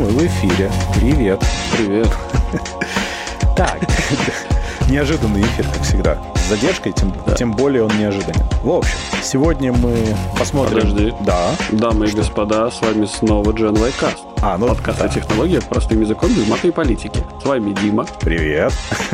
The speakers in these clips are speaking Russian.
в эфире. Привет. Привет. Так, неожиданный эфир, как всегда. С задержкой, тем более он неожиданен. В общем, сегодня мы посмотрим... Подожди. Да. Дамы и господа, с вами снова GenYcast. Подкаст о технологиях простым языком без мата и политики. С вами Дима. Привет.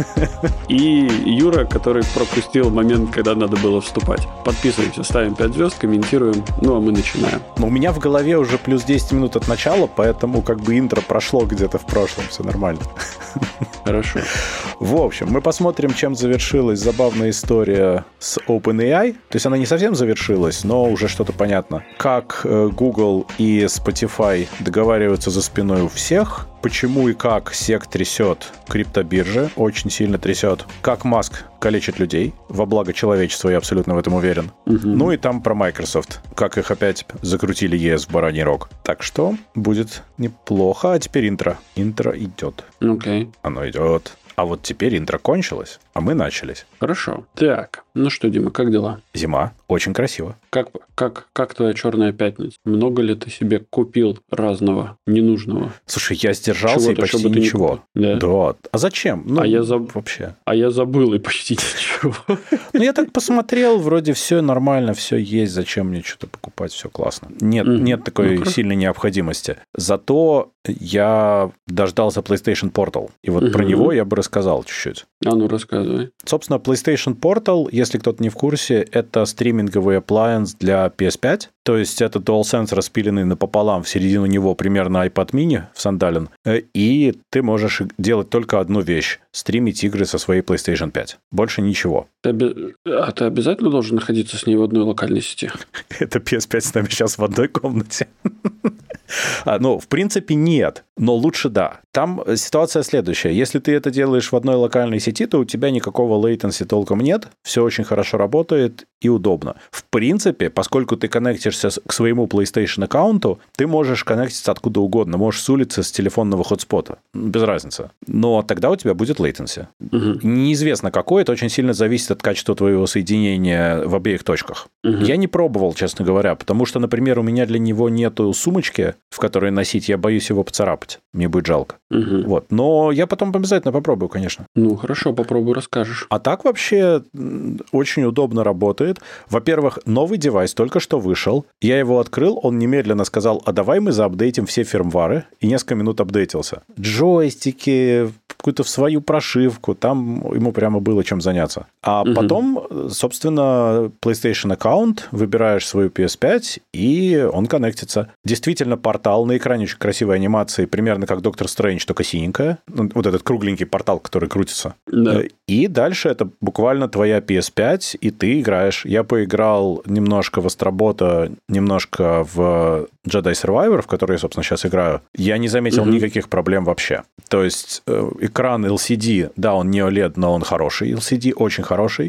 И Юра, который пропустил момент, когда надо было вступать. Подписываемся, ставим 5 звезд, комментируем, а мы начинаем. У меня в голове уже плюс 10 минут от начала, поэтому как бы интро прошло где-то в прошлом, все нормально. Хорошо. В общем, мы посмотрим, чем завершилась забавная история с OpenAI. То есть она не совсем завершилась, но уже что-то понятно. Как Google и Spotify договариваются за спиной у всех. Почему и как SEC трясет криптобиржи, очень сильно трясет. Как Маск калечит людей во благо человечества, я абсолютно в этом уверен. Ну и там про Microsoft. Как их опять закрутили ЕС в бараний рог. Так что будет неплохо. А теперь интро. Интро идет. Окей. Оно идет. А вот теперь интро кончилось, а мы начались. Хорошо. Так, ну что, Дима, как дела? Зима. Очень красиво. Как твоя черная пятница? Много ли ты себе купил разного ненужного? Слушай, я сдержался и почти ничего. Да? Да. А зачем? Вообще. А я забыл и почти ничего. Я так посмотрел, вроде все нормально, все есть, зачем мне что-то покупать, все классно. Нет такой сильной необходимости. Зато я дождался PlayStation Portal. И вот про него я бы рассказал чуть-чуть. А ну, рассказывай. Собственно, PlayStation Portal, если кто-то не в курсе, это стриминговый appliance для PS5. То есть это DualSense, распиленный напополам, в середину него примерно iPad mini всандален. И ты можешь делать только одну вещь – стримить игры со своей PlayStation 5. Больше ничего. А ты обязательно должен находиться с ней в одной локальной сети? Это PS5 с нами сейчас в одной комнате. В принципе, нет. Но лучше да. Там ситуация следующая. Если ты это делаешь в одной локальной сети, то у тебя никакого latency толком нет. Все очень хорошо работает и удобно. В принципе, поскольку ты коннектишься к своему PlayStation аккаунту, ты можешь коннектиться откуда угодно. Можешь с улицы, с телефонного хотспота. Без разницы. Но тогда у тебя будет latency. Неизвестно какой. Это очень сильно зависит от качества твоего соединения в обеих точках. Я не пробовал, честно говоря, потому что, например, у меня для него нету сумочки, в которой носить. Я боюсь его поцарапать. Мне будет жалко. Вот. Но я потом обязательно попробую, конечно. Ну, хорошо, попробуй, расскажешь. А так вообще очень удобно работает. Во-первых, новый девайс только что вышел. Я его открыл, он немедленно сказал, а давай мы заапдейтим все фирмвары. И несколько минут апдейтился. Джойстики, какую-то в свою прошивку. Там ему прямо было чем заняться. А потом, собственно, PlayStation аккаунт, выбираешь свою PS5, и он коннектится. Действительно, портал на экране очень красивой анимации, примерно как Доктор Стрэндж, только синенькая. Вот этот кругленький портал, который крутится. Да. И дальше это буквально твоя PS5, и ты играешь. Я поиграл немножко в Астробота, немножко в Jedi Survivor, в который я, собственно, сейчас играю. Я не заметил никаких проблем вообще. То есть экран LCD, да, он не OLED, но он хороший LCD, очень хороший.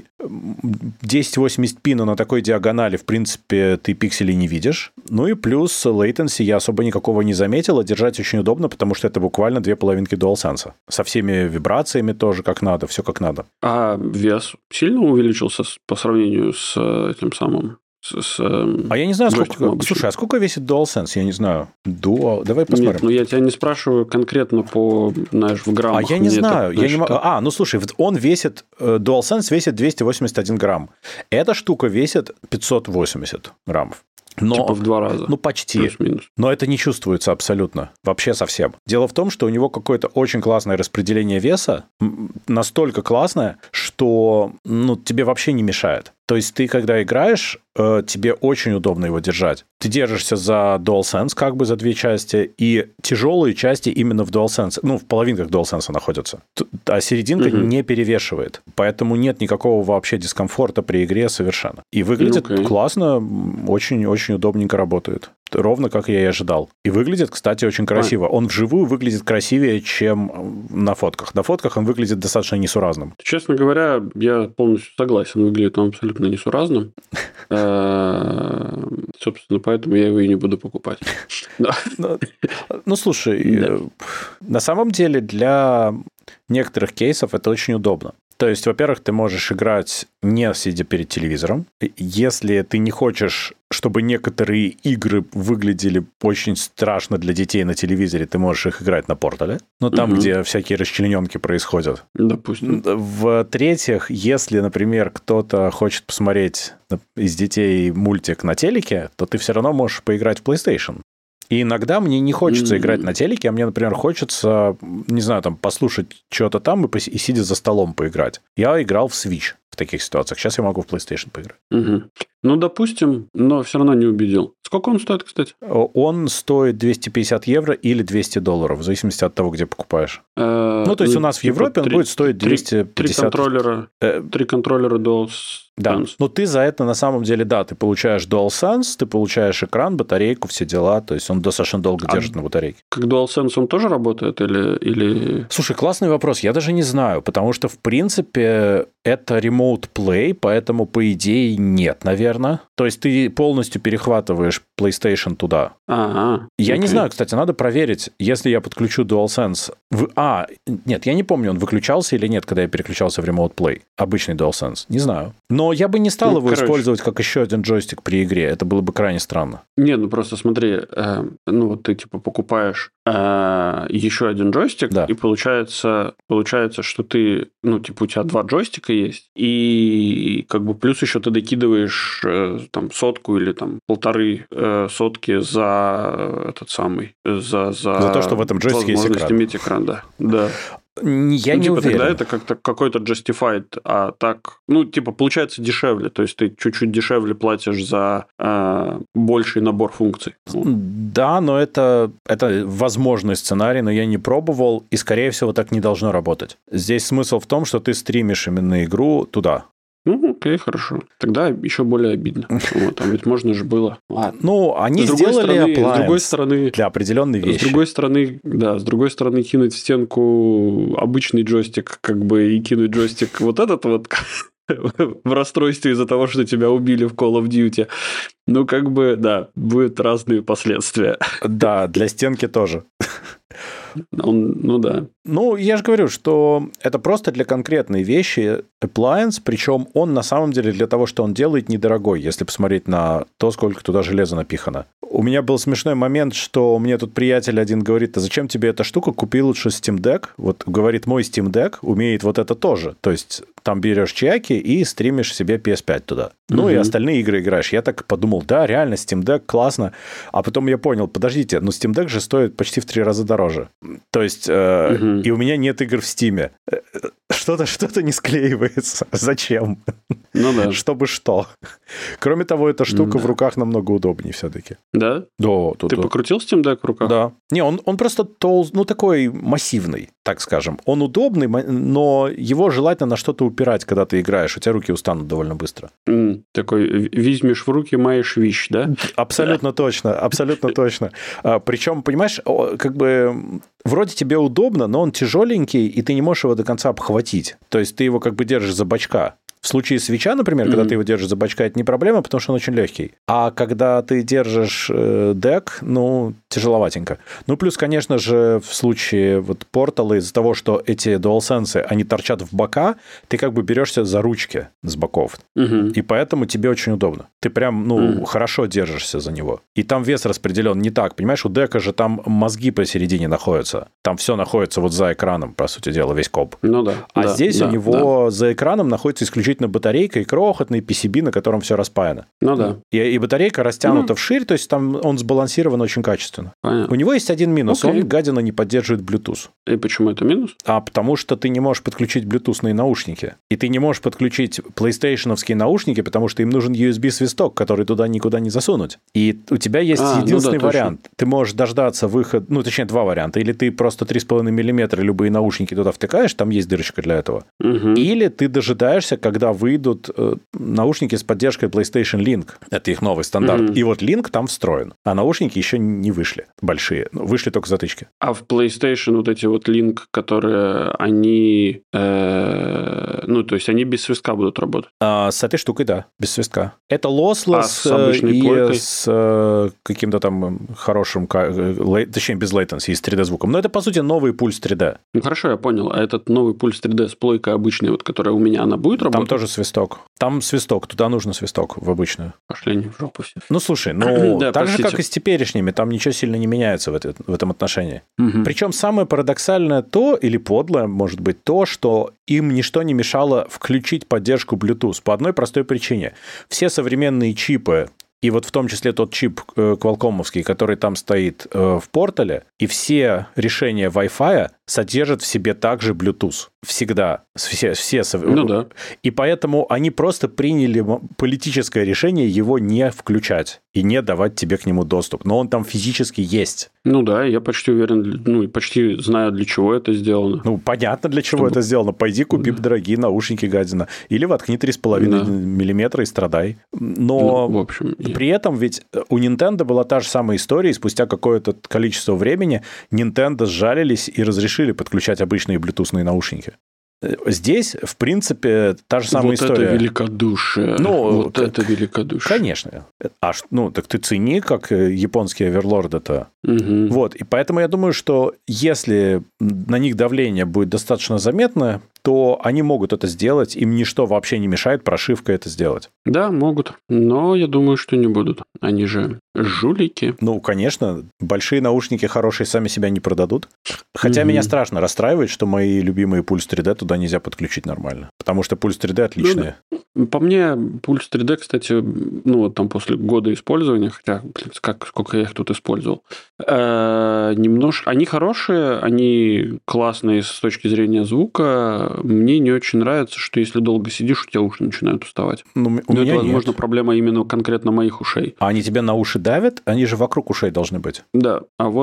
1080p, но на такой диагонали, в принципе, ты пикселей не видишь. Ну и плюс latency я особо никакого не заметил, а держать очень удобно, потому что это буквально 2 половинки DualSense. Со всеми вибрациями тоже как надо, все как надо. А вес сильно увеличился по сравнению с этим самым? А я не знаю, сколько... Слушай, а сколько весит DualSense? Я не знаю. Давай посмотрим. Нет, я тебя не спрашиваю конкретно в граммах. А я не знаю. Слушай, DualSense весит 281 грамм. Эта штука весит 580 граммов. Типа в 2 раза. Ну, почти. Плюс-минус. Но это не чувствуется абсолютно. Вообще совсем. Дело в том, что у него какое-то очень классное распределение веса. Настолько классное, что тебе вообще не мешает. То есть ты, когда играешь, тебе очень удобно его держать. Ты держишься за DualSense, как бы за 2 части, и тяжелые части именно в DualSense, в половинках DualSense находятся. А серединка не перевешивает. Поэтому нет никакого вообще дискомфорта при игре совершенно. И выглядит классно, очень-очень удобненько работает. Ровно как я и ожидал. И выглядит, кстати, очень красиво. Он вживую выглядит красивее, чем на фотках. На фотках он выглядит достаточно несуразным. Честно говоря, я полностью согласен. Выглядит он абсолютно несуразным. Собственно, поэтому я его и не буду покупать. Слушай, на самом деле для некоторых кейсов это очень удобно. То есть, во-первых, ты можешь играть не сидя перед телевизором. Если ты не хочешь чтобы некоторые игры выглядели очень страшно для детей на телевизоре, ты можешь их играть на портале. Ну, там, где всякие расчлененки происходят. Допустим. В-третьих, если, например, кто-то хочет посмотреть из детей мультик на телеке, то ты все равно можешь поиграть в PlayStation. И иногда мне не хочется играть на телеке, а мне, например, хочется, не знаю, там, послушать что-то там и сидя за столом поиграть. Я играл в Switch в таких ситуациях. Сейчас я могу в PlayStation поиграть. Ну, допустим, но все равно не убедил. Сколько он стоит, кстати? Он стоит 250 евро или $200, в зависимости от того, где покупаешь. Ну, то есть у нас в Европе он будет стоить 250. Три контроллера DualSense. Да, но ты за это на самом деле, да, ты получаешь DualSense, ты получаешь экран, батарейку, все дела, то есть он достаточно долго держит на батарейке. Как DualSense он тоже работает или... Слушай, классный вопрос, я даже не знаю, потому что, в принципе, это Remote Play, поэтому, по идее, нет, наверное. То есть ты полностью перехватываешь PlayStation туда. Я не знаю, кстати, надо проверить, если я подключу DualSense... Нет, я не помню, он выключался или нет, когда я переключался в Remote Play. Обычный DualSense, не знаю. Но я бы не стал его использовать как еще один джойстик при игре. Это было бы крайне странно. Не, ну просто смотри, вот ты типа покупаешь еще один джойстик, и получается, что ты, ну, типа у тебя 2 джойстика есть, и как бы плюс еще ты докидываешь там 100 или там 150 сотки за этот самый, за то, что в этом джойстике есть экран. Иметь экран, да. Я не уверен. Тогда это как-то какой-то justified, а так, ну, типа, получается дешевле, то есть ты чуть-чуть дешевле платишь за больший набор функций. Да, но это возможный сценарий, но я не пробовал, и, скорее всего, так не должно работать. Здесь смысл в том, что ты стримишь именно игру туда. Ну, окей, хорошо. Тогда еще более обидно. Там ведь можно же было. Ладно. Ну, они сделали appliance для определенной вещи. С другой стороны, кинуть в стенку обычный джойстик, как бы, и кинуть джойстик вот этот вот в расстройстве из-за того, что тебя убили в Call of Duty. Ну, как бы, да, будут разные последствия. Да, для стенки тоже. Ну да. Ну, я же говорю, что это просто для конкретной вещи appliance, причем он на самом деле для того, что он делает, недорогой, если посмотреть на то, сколько туда железа напихано. У меня был смешной момент, что мне тут приятель один говорит: а зачем тебе эта штука, купи лучше Steam Deck. Вот, говорит, мой Steam Deck умеет вот это тоже. То есть там берешь чаки и стримишь себе PS5 туда. Ну, и остальные игры играешь. Я так подумал, да, реально, Steam Deck классно. А потом я понял, подождите, ну, Steam Deck же стоит почти в 3 раза дороже. То есть, и у меня нет игр в Steam. Что-то не склеивается. Зачем? Ну да. Чтобы что? Кроме того, эта штука в руках намного удобнее все-таки. Да? Да. Ты покрутил Steam Deck в руках? Да. Не, он просто такой массивный, так скажем. Он удобный, но его желательно на что-то упирать, когда ты играешь. У тебя руки устанут довольно быстро. Такой, возьмешь в руки, маешь вещь, да? Абсолютно точно, абсолютно точно. Причем, понимаешь, как бы вроде тебе удобно, но он тяжеленький, и ты не можешь его до конца обхватить. То есть ты его как бы держишь за бочка. В случае свитча, например, когда ты его держишь за бочка, это не проблема, потому что он очень легкий. А когда ты держишь дек, ну, тяжеловатенько. Ну, плюс, конечно же, в случае вот портала, из-за того, что эти DualSense, они торчат в бока, ты как бы берешься за ручки с боков. И поэтому тебе очень удобно. Ты прям, хорошо держишься за него. И там вес распределен не так. Понимаешь, у дека же там мозги посередине находятся. Там все находится вот за экраном, по сути дела, весь комп. Ну да. А здесь у него за экраном находится исключительно батарейка и крохотный PCB, на котором все распаяно. Ну да. И батарейка растянута вширь, то есть там он сбалансирован очень качественно. Понятно. У него есть один минус. Он, гадина, не поддерживает Bluetooth. И почему это минус? Потому что ты не можешь подключить блютусные наушники. И ты не можешь подключить PlayStation-овские наушники, потому что им нужен USB-свисток, который туда никуда не засунуть. И у тебя есть единственный вариант. Ты можешь дождаться выхода, точнее, 2 варианта. Или ты просто 3,5 мм любые наушники туда втыкаешь, там есть дырочка для этого. Или ты дожидаешься, когда выйдут наушники с поддержкой PlayStation Link. Это их новый стандарт. И вот Link там встроен. А наушники еще не вышли. Большие. Вышли только затычки. А в PlayStation вот эти вот Link, которые они... то есть они без свистка будут работать? С этой штукой, да. Без свистка. Это lossless с обычной плойкой? С каким-то там хорошим... Точнее, без latency и с 3D-звуком. Но это, по сути, новый пульс 3D. Ну, хорошо, я понял. А этот новый пульс 3D с плойкой обычной, вот, которая у меня, она будет работать? Там тоже свисток. Там свисток, туда нужно свисток в обычную. Пошли они в жопу все. Ну, слушай, да, так же, как и с теперешними, там ничего сильно не меняется в этом отношении. Причем самое парадоксальное или подлое, может быть, то, что им ничто не мешало включить поддержку Bluetooth по одной простой причине. Все современные чипы, и вот в том числе тот чип квалкомовский, который там стоит в портале, и все решения Wi-Fi содержат в себе также Bluetooth. Всегда. Ну да. И поэтому они просто приняли политическое решение его не включать и не давать тебе к нему доступ. Но он там физически есть. Ну да, я почти уверен, и почти знаю, для чего это сделано. Ну, понятно, для чего это сделано. Пойди купи дорогие наушники, гадина. Или воткни 3,5 миллиметра и страдай. Но в общем, при этом ведь у Nintendo была та же самая история, и спустя какое-то количество времени Nintendo сжалились и разрешили подключать обычные блютусные наушники. Здесь, в принципе, та же самая история. Это великодушие. Это великодушие. Конечно. Так ты цени, как японские оверлорды-то. Угу. Вот. И поэтому я думаю, что если на них давление будет достаточно заметно, то они могут это сделать, им ничто вообще не мешает прошивкой это сделать. Да, могут, но я думаю, что не будут. Они же жулики. Ну, конечно, большие наушники хорошие сами себя не продадут. Хотя меня страшно расстраивает, что мои любимые Pulse 3D туда нельзя подключить нормально. Потому что Pulse 3D отличные. По мне, Pulse 3D, кстати, там после года использования, хотя сколько я их тут использовал, немножко... Они хорошие, они классные с точки зрения звука. Мне не очень нравится, что если долго сидишь, у тебя уши начинают уставать. Но это, возможно, проблема именно конкретно моих ушей. А они тебе на уши давят? Они же вокруг ушей должны быть. Да,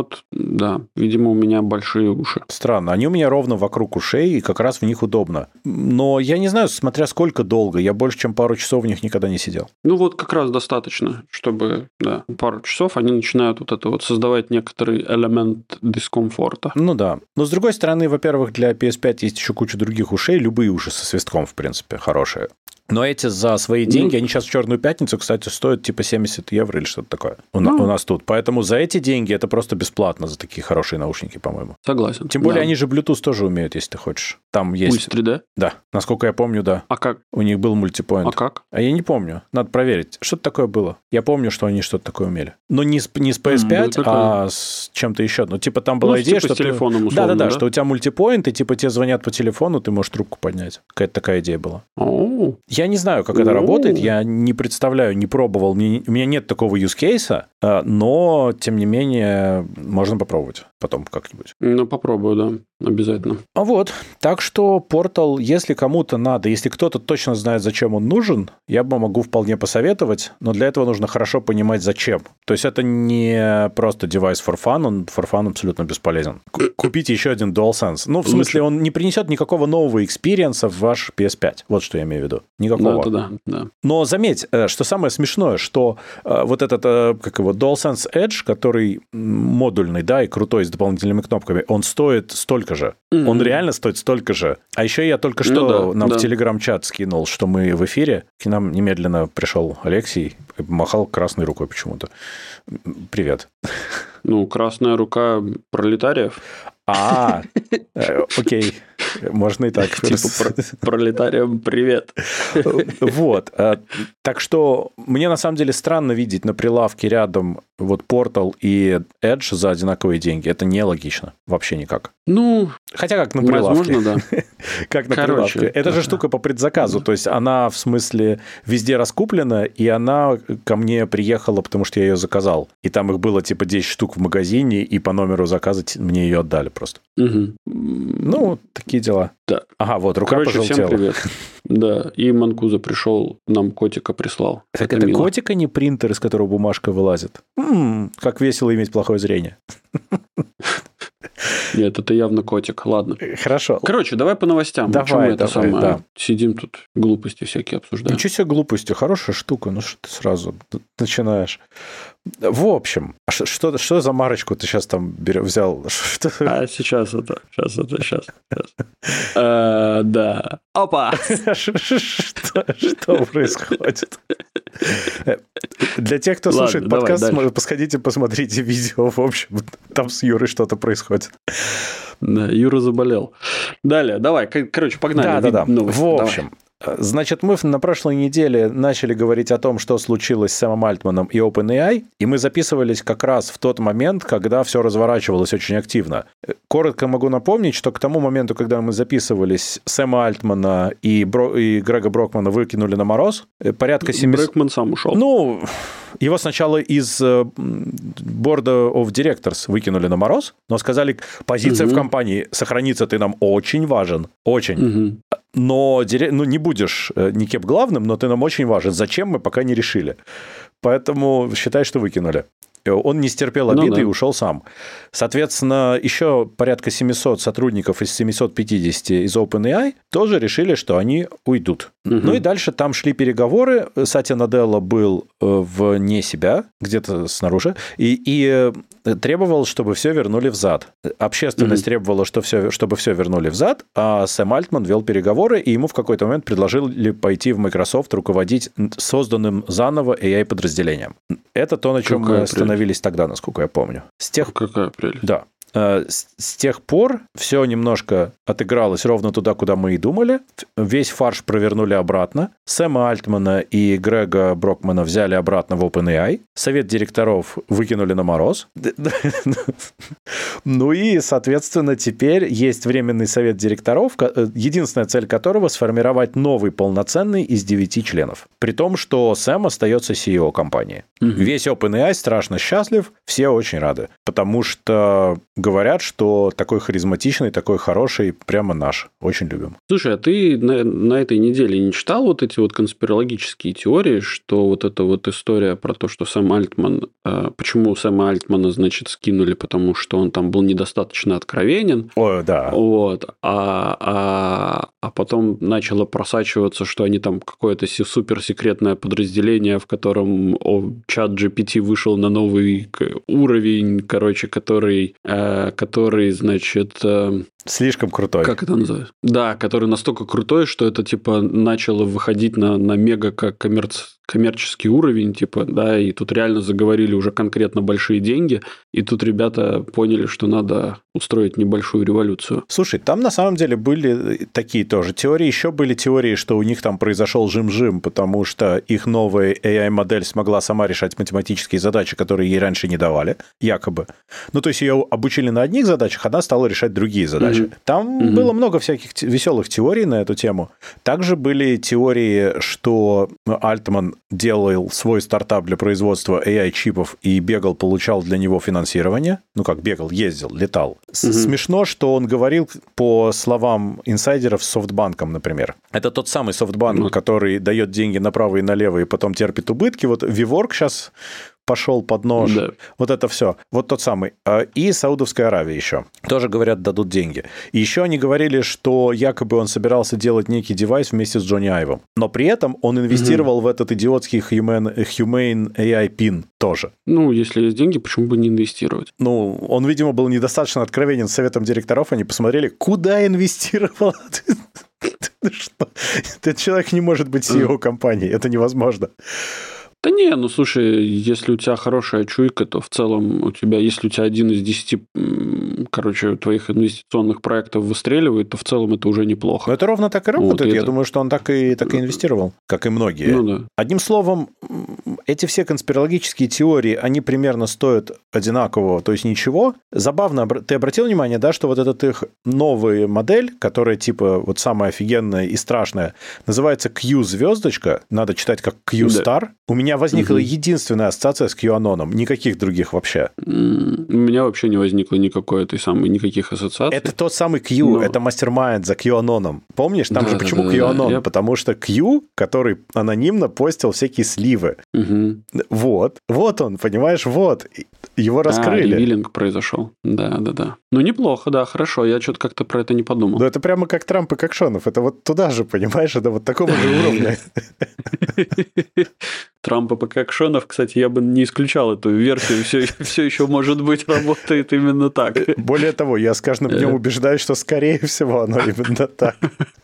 видимо, у меня большие уши. Странно, они у меня ровно вокруг ушей, и как раз в них удобно. Но я не знаю, смотря сколько долго, я больше, чем пару часов в них никогда не сидел. Как раз достаточно, чтобы, пару часов они начинают создавать некоторый элемент дискомфорта. Ну да. Но с другой стороны, во-первых, для PS5 есть еще куча других ушей, любые уши со свистком, в принципе, хорошие. Но эти за свои деньги, они сейчас в Черную пятницу, кстати, стоят типа 70 евро или что-то такое у нас тут. Поэтому за эти деньги это просто бесплатно за такие хорошие наушники, по-моему. Согласен. Тем более они же Bluetooth тоже умеют, если ты хочешь. Там есть... Pulse 3D? Да. Насколько я помню, да. А как? У них был мультипоинт. А как? А я не помню. Надо проверить. Что-то такое было. Я помню, что они что-то такое умели. Но не с PS5, а с чем-то еще. Ну, типа там была идея, что с телефоном, условно, да, что у тебя мультипоинт, и типа тебе звонят по телефону, ты можешь трубку поднять. Какая-то такая идея была. Я не знаю, как это работает, я не представляю, не пробовал, у меня нет такого use case, но, тем не менее, можно попробовать потом как-нибудь. Попробую, да, обязательно. Так что Portal, если кому-то надо, если кто-то точно знает, зачем он нужен, я могу вполне посоветовать, но для этого нужно хорошо понимать, зачем. То есть это не просто девайс for fun, он for fun абсолютно бесполезен. Купите еще один DualSense. В смысле, он не принесет никакого нового экспириенса в ваш PS5. Вот что я имею в виду. Никакого. Да. Но заметь, что самое смешное, что вот этот, DualSense Edge, который модульный, да, и крутой, с дополнительными кнопками, он стоит столько же. Mm-hmm. Он реально стоит столько же. А еще я только что в Телеграм-чат скинул, что мы в эфире. К нам немедленно пришел Алексей, махал красной рукой почему-то. Привет. Красная рука пролетариев. Окей. Можно и так. Типа пролетариям привет. Так что мне на самом деле странно видеть на прилавке рядом Portal и Edge за одинаковые деньги. Это нелогично. Вообще никак. Хотя как на прилавке. Возможно, да. Как на прилавке. Это же штука по предзаказу. То есть она, в смысле, везде раскуплена, и она ко мне приехала, потому что я ее заказал. И там их было типа 10 штук в магазине, и по номеру заказа мне ее отдали просто. Такие дела. Да. Рука пожелтела. Всем привет. Да, и Манкуза пришел, нам котика прислал. Так это котика, не принтер, из которого бумажка вылазит? Как весело иметь плохое зрение. Нет, это явно котик. Ладно. Хорошо. Давай по новостям. Давай. Сидим тут, глупости всякие обсуждаем. Ничего себе глупостью. Хорошая штука. Что ты сразу начинаешь? В общем, что за марочку ты сейчас там взял? Сейчас. Да. Опа! Что происходит? Для тех, кто слушает подкаст, посходите, посмотрите видео. В общем, там с Юрой что-то происходит. Да, Юра заболел. Далее, давай. Погнали. Да. В общем, Значит, мы на прошлой неделе начали говорить о том, что случилось с Сэмом Альтманом и OpenAI, и мы записывались как раз в тот момент, когда все разворачивалось очень активно. Коротко могу напомнить, что к тому моменту, когда мы записывались, Сэма Альтмана и Грега Брокмана выкинули на мороз. Порядка 700... Брокман сам ушел. Ну, его сначала из Board of Directors выкинули на мороз, но сказали, позиция в компании сохранится, ты нам очень важен. Очень. Но не будешь никем главным, но ты нам очень важен. Зачем, мы пока не решили. Поэтому считай, что выкинули. Он не стерпел обиды и ушел сам. Соответственно, еще порядка 700 сотрудников из 750 из OpenAI тоже решили, что они уйдут. Ну и дальше там шли переговоры. Сатья Наделла был вне себя, где-то снаружи, и требовал, чтобы все вернули взад. Общественность требовала, чтобы все вернули взад, а Сэм Альтман вел переговоры, и ему в какой-то момент предложили пойти в Microsoft руководить созданным заново AI-подразделением. Это то, на чем мы остановились тогда, насколько я помню. Какая прелесть. Да. С тех пор все немножко отыгралось ровно туда, куда мы и думали. Весь фарш провернули обратно. Сэма Альтмана и Грега Брокмана взяли обратно в OpenAI. Совет директоров выкинули на мороз. Ну и, соответственно, теперь есть временный совет директоров, единственная цель которого — сформировать новый полноценный из 9 членов. При том, что Сэм остается CEO компании. Весь OpenAI страшно счастлив, все очень рады. Потому что говорят, что такой харизматичный, такой хороший, прямо наш. Очень любим. Слушай, а ты на этой неделе не читал вот эти вот конспирологические теории, что вот эта вот история про то, что Сэм Альтман... Почему Сэма Альтмана, значит, скинули? Потому что он там был недостаточно откровенен. Ой, да. Вот. А потом начало просачиваться, что они там какое-то суперсекретное подразделение, в котором чат GPT вышел на новый уровень, короче, который, значит... Слишком крутой. Как это называется? Да, который настолько крутой, что это, типа, начало выходить на мега как коммерческий уровень, типа, да, и тут реально заговорили уже конкретно большие деньги, и тут ребята поняли, что надо устроить небольшую революцию. Слушай, там на самом деле были такие тоже теории, еще были теории, что у них там произошел жим-жим, потому что их новая AI-модель смогла сама решать математические задачи, которые ей раньше не давали, якобы. Ну, то есть ее обучили на одних задачах, она стала решать другие задачи. Там было много всяких веселых теорий на эту тему. Также были теории, что Альтман делал свой стартап для производства AI-чипов и бегал, получал для него финансирование. Ну, как бегал, ездил, летал. Смешно, что он говорил, по словам инсайдеров, с Софтбанком, например. Это тот самый Софтбанк, который дает деньги направо и налево и потом терпит убытки. Вот WeWork сейчас пошел под нож. Да. Вот это все. Вот тот самый. И Саудовская Аравия еще. Тоже, говорят, дадут деньги. И еще они говорили, что якобы он собирался делать некий девайс вместе с Джонни Айвом. Но при этом он инвестировал в этот идиотский Humane AI PIN тоже. Ну, если есть деньги, почему бы не инвестировать? Ну, он, видимо, был недостаточно откровенен с советом директоров. Они посмотрели, куда инвестировал. Что? Этот человек не может быть CEO компании. Это невозможно. Да не, ну слушай, если у тебя хорошая чуйка, то в целом у тебя, если у тебя 1 из 10, короче, твоих инвестиционных проектов выстреливает, то в целом это уже неплохо. Но это ровно так и работает. Вот, я думаю, что он так и инвестировал, как и многие. Ну, да. Одним словом, эти все конспирологические теории, они примерно стоят одинакового, то есть ничего. Забавно, ты обратил внимание, да, что вот эта их новая модель, которая типа вот самая офигенная и страшная, называется Q-звездочка, надо читать как Q-star. Да. У меня возникла единственная ассоциация с QAnon, никаких других вообще. У меня вообще не возникло никаких ассоциаций. Это тот самый Q, это мастер-майнд за QAnon. Помнишь, там же почему QAnon? Потому что Q, который анонимно постил всякие сливы. Вот он, понимаешь, вот. Его раскрыли. Ревилинг произошел. Да. Ну, неплохо, да, хорошо. Я что-то как-то про это не подумал. Да, это прямо как Трамп и как Шонов. Это вот туда же, понимаешь, это вот такого же уровня. Трампа по Кокшонов, кстати, я бы не исключал эту версию, все еще, может быть, работает именно так. Более того, я с каждым днем убеждаюсь, что, скорее всего, оно именно так.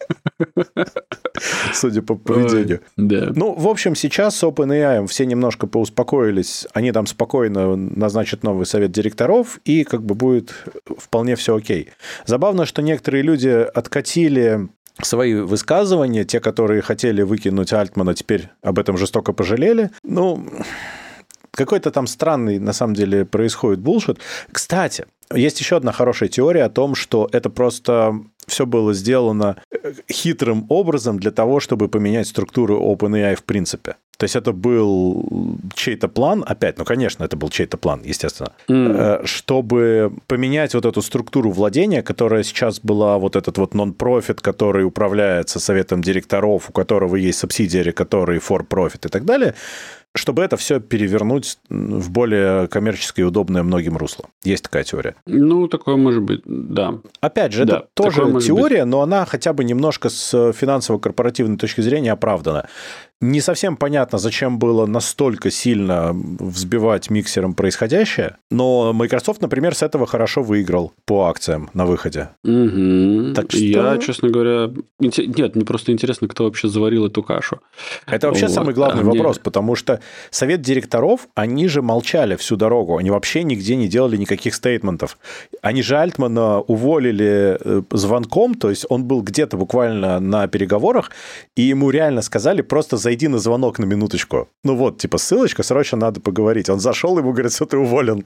Судя по поведению. Да. Ну, в общем, сейчас с OpenAI все немножко поуспокоились, они там спокойно назначат новый совет директоров, и как бы будет вполне все окей. Забавно, что некоторые люди откатили свои высказывания. Те, которые хотели выкинуть Альтмана, теперь об этом жестоко пожалели. Ну, какой-то там странный, на самом деле, происходит булшит. Кстати, есть еще одна хорошая теория о том, что это просто все было сделано хитрым образом для того, чтобы поменять структуру OpenAI в принципе. То есть это был чей-то план, опять, ну, конечно, это был чей-то план, естественно, чтобы поменять вот эту структуру владения, которая сейчас была вот этот вот нон-профит, который управляется советом директоров, у которого есть субсидиари, которые for-profit и так далее, чтобы это все перевернуть в более коммерческое и удобное многим русло. Есть такая теория. Ну, такое может быть, да. Опять же, это тоже теория, но она хотя бы немножко с финансово-корпоративной точки зрения оправдана. Не совсем понятно, зачем было настолько сильно взбивать миксером происходящее, но Microsoft, например, с этого хорошо выиграл по акциям на выходе. Так что... Я, честно говоря... Нет, мне просто интересно, кто вообще заварил эту кашу. Это вообще самый главный вопрос, потому что совет директоров, они же молчали всю дорогу, они вообще нигде не делали никаких стейтментов. Они же Альтмана уволили звонком, то есть он был где-то буквально на переговорах, и ему реально сказали просто зайди на звонок на минуточку. Ну вот, типа, ссылочка, срочно надо поговорить. Он зашел, ему говорят, что ты уволен.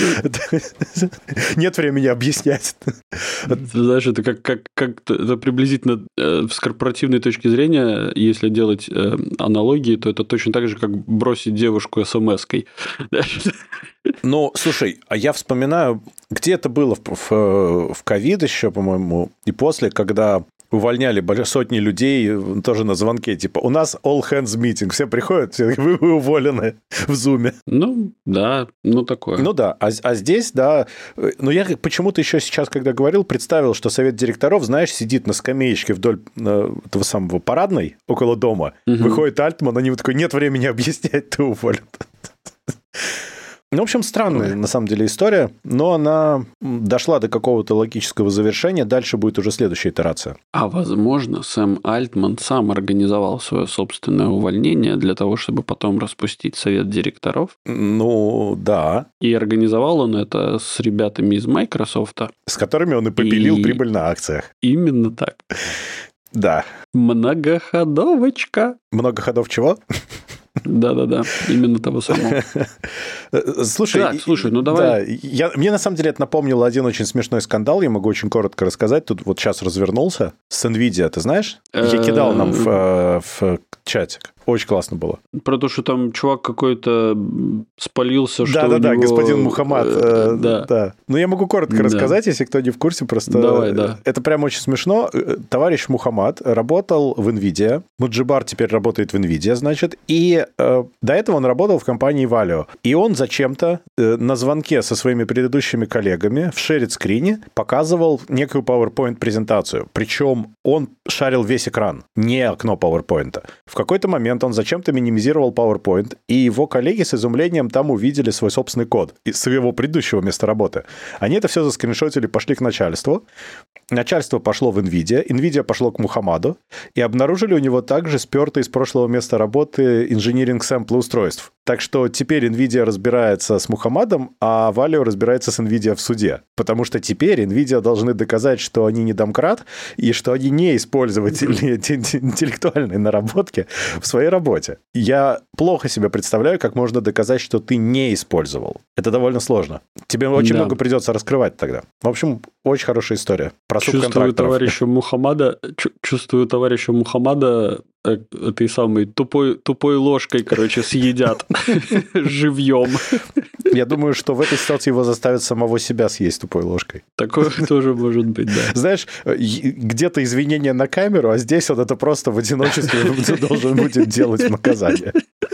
Нет времени объяснять. Знаешь, это как это приблизительно с корпоративной точки зрения, если делать аналогии, то это точно так же, как бросить девушку смс-кой. Ну, слушай, а я вспоминаю, где это было в ковид еще, по-моему, и после, когда увольняли сотни людей тоже на звонке, типа, у нас all hands meeting, все приходят, все, вы уволены в зуме. Ну, да, ну такое. Ну да, а здесь, да, но я почему-то еще сейчас, когда говорил, представил, что совет директоров, знаешь, сидит на скамеечке вдоль этого самого парадной, около дома, выходит Альтман, они такой, нет времени объяснять, ты уволен. Ну, в общем, странная, на самом деле, история, но она дошла до какого-то логического завершения, дальше будет уже следующая итерация. А, возможно, Сэм Альтман сам организовал свое собственное увольнение для того, чтобы потом распустить совет директоров? Ну, да. И организовал он это с ребятами из Microsoft. С которыми он и попилил прибыль на акциях. Именно так. Да. Многоходовочка. Многоходов чего? Да-да-да, именно того самого. Слушай, так, ну давай. Да, мне на самом деле это напомнило один очень смешной скандал, я могу очень коротко рассказать. Тут вот сейчас развернулся с NVIDIA, ты знаешь? Я кидал нам в чатик. Очень классно было. Про то, что там чувак какой-то спалился, что Да-да-да, него... господин Мухаммад. Да. Ну, я могу коротко рассказать, если кто не в курсе, просто... Давай, да. Это прям очень смешно. Товарищ Мухаммад работал в NVIDIA. Муджибар теперь работает в NVIDIA, значит. И до этого он работал в компании Valio. И он зачем-то на звонке со своими предыдущими коллегами в шерит-скрине показывал некую PowerPoint-презентацию. Причем он шарил весь экран, не окно PowerPoint. В какой-то момент он зачем-то минимизировал PowerPoint, и его коллеги с изумлением там увидели свой собственный код из своего предыдущего места работы. Они это все заскриншотили, пошли к начальству. Начальство пошло в NVIDIA, NVIDIA пошло к Мухаммаду, и обнаружили у него также спертые из прошлого места работы инжиниринг сэмпла устройств. Так что теперь NVIDIA разбирается с Мухаммадом, а Valio разбирается с NVIDIA в суде. Потому что теперь NVIDIA должны доказать, что они не домкрат, и что они не использователи интеллектуальной наработки в своей работе. Я плохо себе представляю, как можно доказать, что ты не использовал. Это довольно сложно. Тебе очень много придется раскрывать тогда. В общем, очень хорошая история. Про субконтракторов. Чувствую товарища Мухаммада этой самой тупой ложкой, короче, съедят живьем. Я думаю, что в этой ситуации его заставят самого себя съесть тупой ложкой. Такое тоже может быть, да. Знаешь, где-то извинения на камеру, а здесь он это просто в одиночестве должен будет делать в наказание.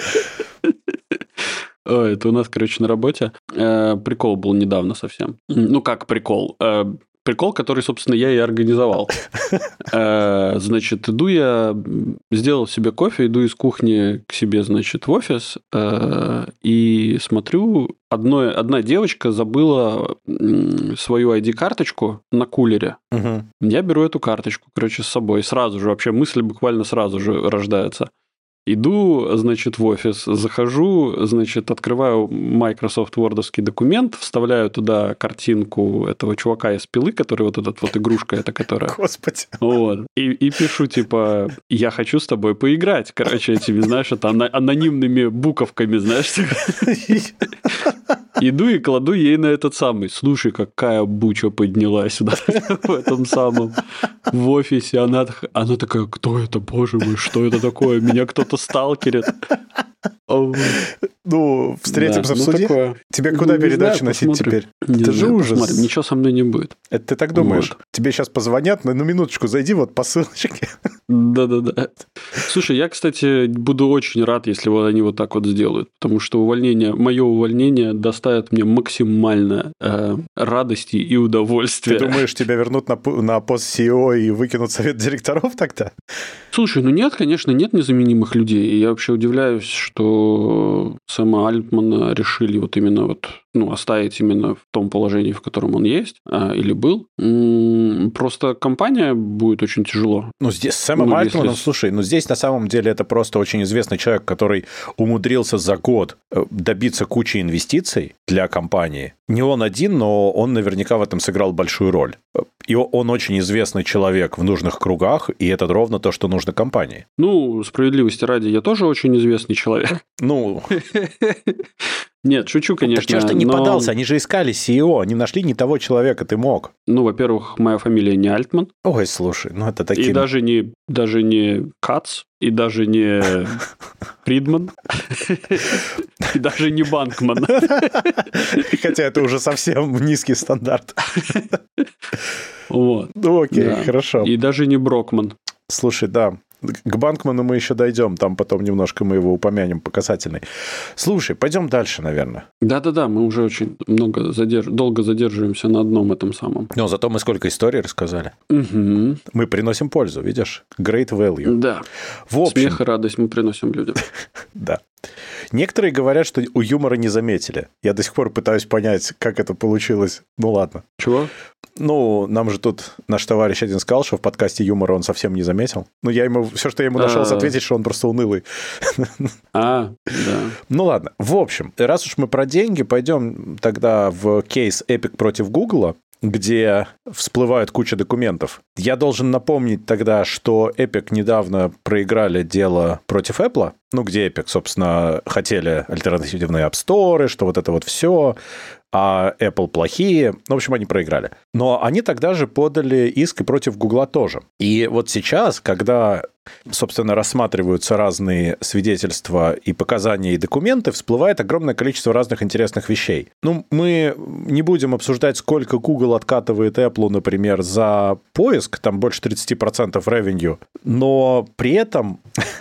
Ой, это у нас, короче, на работе прикол был недавно совсем. Ну, как прикол? Прикол, который, собственно, я и организовал. Значит, сделал себе кофе, иду из кухни к себе, значит, в офис, и смотрю, одна девочка забыла свою ID-карточку на кулере. Угу. Я беру эту карточку, короче, с собой сразу же, вообще мысль буквально сразу же рождается. Иду, значит, в офис, захожу, значит, открываю Microsoft Word-овский документ, вставляю туда картинку этого чувака из Пилы, который вот этот вот игрушка эта, которая... Господи. Вот. И пишу, типа, я хочу с тобой поиграть. Короче, этими, знаешь, это анонимными буковками, знаешь. Иду и кладу ей на этот самый. Слушай, какая буча поднялась в этом самом в офисе. Она такая, кто это, боже мой, что это такое? Меня кто-то сталкерит. Ну, встретимся в суде. Такое. Тебе куда передачу носить посмотрим. Теперь? Это же ужас. Посмотрим. Ничего со мной не будет. Это ты так думаешь? Вот. Тебе сейчас позвонят, на минуточку зайди вот по ссылочке. Да. Слушай, я, кстати, буду очень рад, если вот они вот так вот сделают, потому что мое увольнение доставит мне максимально радости и удовольствия. Ты думаешь, тебя вернут на пост CEO и выкинут совет директоров тогда? Слушай, ну нет, конечно, нет незаменимых людей. И я вообще удивляюсь, что Сэма Альтмана решили вот именно вот, ну, оставить именно в том положении, в котором он есть или был. Просто компания будет очень тяжело. Ну, здесь с Сэмом Альтманом, слушай, ну, здесь на самом деле это просто очень известный человек, который умудрился за год добиться кучи инвестиций для компании. Не он один, но он наверняка в этом сыграл большую роль. И он очень известный человек в нужных кругах, и это ровно то, что нужно компании. Ну, справедливости ради, я тоже очень известный человек. Ну... Нет, шучу, конечно. Так что ж ты не подался? Они же искали CEO, они нашли не того человека, ты мог. Ну, во-первых, моя фамилия не Альтман. Ой, слушай, ну это такие... И даже не Кац, и даже не Фридман, и даже не Банкман. Хотя это уже совсем низкий стандарт. Вот. Ну, окей, хорошо. И даже не Брокман. Слушай, да. К Банкману мы еще дойдем, там потом немножко мы его упомянем по касательной. Слушай, пойдем дальше, наверное. Да-да-да, мы уже очень долго задерживаемся на одном этом самом. Но зато мы сколько историй рассказали. Угу. Мы приносим пользу, видишь? Great value. Да. В общем... Смех и радость мы приносим людям. Да. Некоторые говорят, что у юмора не заметили. Я до сих пор пытаюсь понять, как это получилось. Ну, ладно. Чего? Ну, нам же тут наш товарищ один сказал, что в подкасте юмора он совсем не заметил. Ну, все, что я ему нашел ответить, что он просто унылый. Да. Ну, ладно. В общем, раз уж мы про деньги, пойдем тогда в кейс Epic против Google, где всплывают куча документов. Я должен напомнить тогда, что Epic недавно проиграли дело против Apple, ну, где Epic, собственно, хотели альтернативные App Store, что вот это вот все, а Apple плохие. В общем, они проиграли. Но они тогда же подали иск и против Гугла тоже. И вот сейчас, когда, собственно, рассматриваются разные свидетельства и показания и документы, всплывает огромное количество разных интересных вещей. Ну, мы не будем обсуждать, сколько Google откатывает Apple, например, за поиск, там больше 30% revenue, но при этом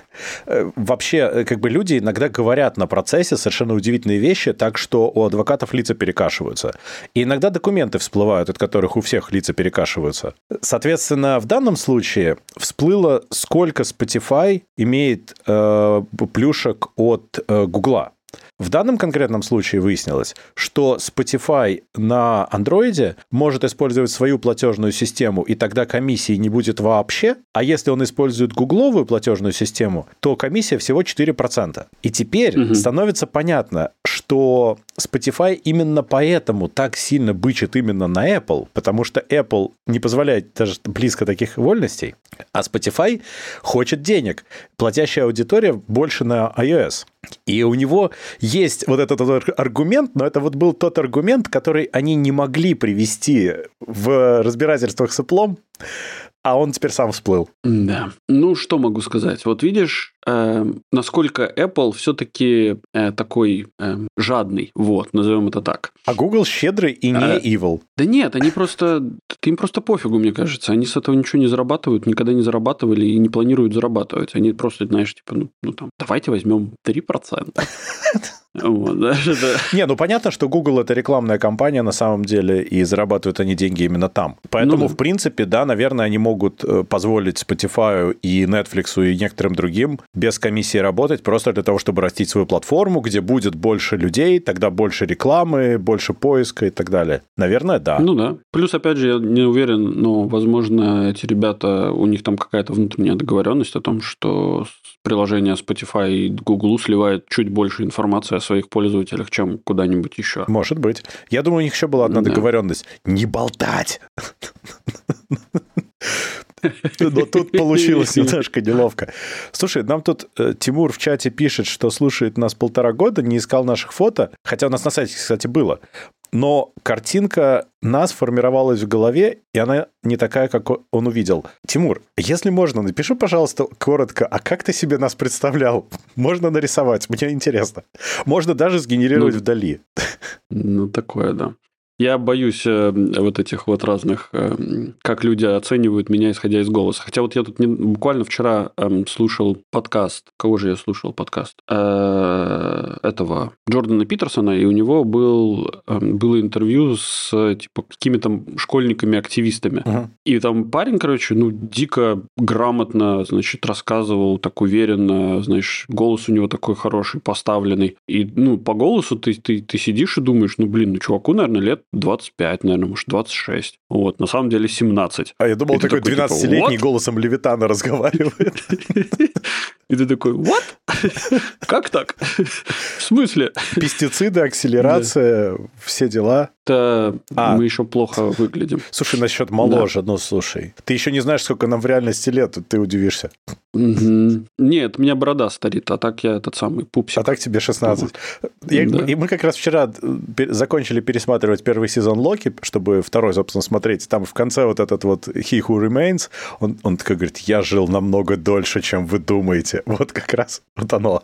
вообще, как бы люди иногда говорят на процессе совершенно удивительные вещи, так что у адвокатов лица перекашиваются. И иногда документы всплывают, от которых у всех лица перекашиваются. Соответственно, в данном случае всплыло, сколько Spotify имеет плюшек от Гугла. В данном конкретном случае выяснилось, что Spotify на Android может использовать свою платежную систему, и тогда комиссии не будет вообще, а если он использует гугловую платежную систему, то комиссия всего 4%. И теперь становится понятно, что Spotify именно поэтому так сильно бычит именно на Apple, потому что Apple не позволяет даже близко таких вольностей, а Spotify хочет денег. Платящая аудитория больше на iOS. И у него есть вот этот аргумент, но это вот был тот аргумент, который они не могли привести в разбирательствах с Apple, а он теперь сам всплыл. Да. Ну, что могу сказать? Вот видишь, насколько Apple все-таки такой жадный, вот, назовем это так. А Google щедрый и не evil. Да нет, им просто пофигу, мне кажется. Они с этого ничего не зарабатывают, никогда не зарабатывали и не планируют зарабатывать. Они просто, знаешь, типа, ну там, давайте возьмем 3%. Не, ну понятно, что Google — это рекламная компания на самом деле, и зарабатывают они деньги именно там. Поэтому, в принципе, да, наверное, они могут позволить Spotify и Netflix и некоторым другим без комиссии работать, просто для того, чтобы растить свою платформу, где будет больше людей, тогда больше рекламы, больше поиска и так далее. Наверное, да. Ну да. Плюс, опять же, я не уверен, но, возможно, эти ребята, у них там какая-то внутренняя договоренность о том, что приложение Spotify и Google сливает чуть больше информации о своих пользователях, чем куда-нибудь еще. Может быть. Я думаю, у них еще была одна договоренность. Не болтать! Но тут получилось немножко неловко. Слушай, нам тут Тимур в чате пишет, что слушает нас 1,5 года, не искал наших фото, хотя у нас на сайте, кстати, было. Но картинка нас формировалась в голове, и она не такая, как он увидел. Тимур, если можно, напиши, пожалуйста, коротко, а как ты себе нас представлял? Можно нарисовать, мне интересно. Можно даже сгенерировать вдали. Ну, такое, да. Я боюсь вот этих вот разных, как люди оценивают меня, исходя из голоса. Хотя вот я тут буквально вчера слушал подкаст. Кого же я слушал подкаст? Этого Джордана Питерсона, и у него было интервью с типа какими-то школьниками-активистами. Uh-huh. И там парень, короче, дико грамотно, значит, рассказывал, так уверенно, знаешь, голос у него такой хороший, поставленный. И, по голосу ты сидишь и думаешь, чуваку, наверное, лет 25, наверное, может, 26. Вот, на самом деле 17. А я думал, такой 12-летний голосом Левитана разговаривает. И ты такой, what? Как так? В смысле? Пестициды, акселерация, все дела. Мы еще плохо выглядим. Слушай, насчет моложе, слушай. Ты еще не знаешь, сколько нам в реальности лет, ты удивишься. Нет, у меня борода старит, а так я этот самый пупсик. А так тебе 16. И мы как раз вчера закончили пересматривать первый сезон Локи, чтобы второй, собственно, смотреть. Там в конце вот этот вот He Who Remains, он такой говорит, я жил намного дольше, чем вы думаете. Вот как раз вот оно.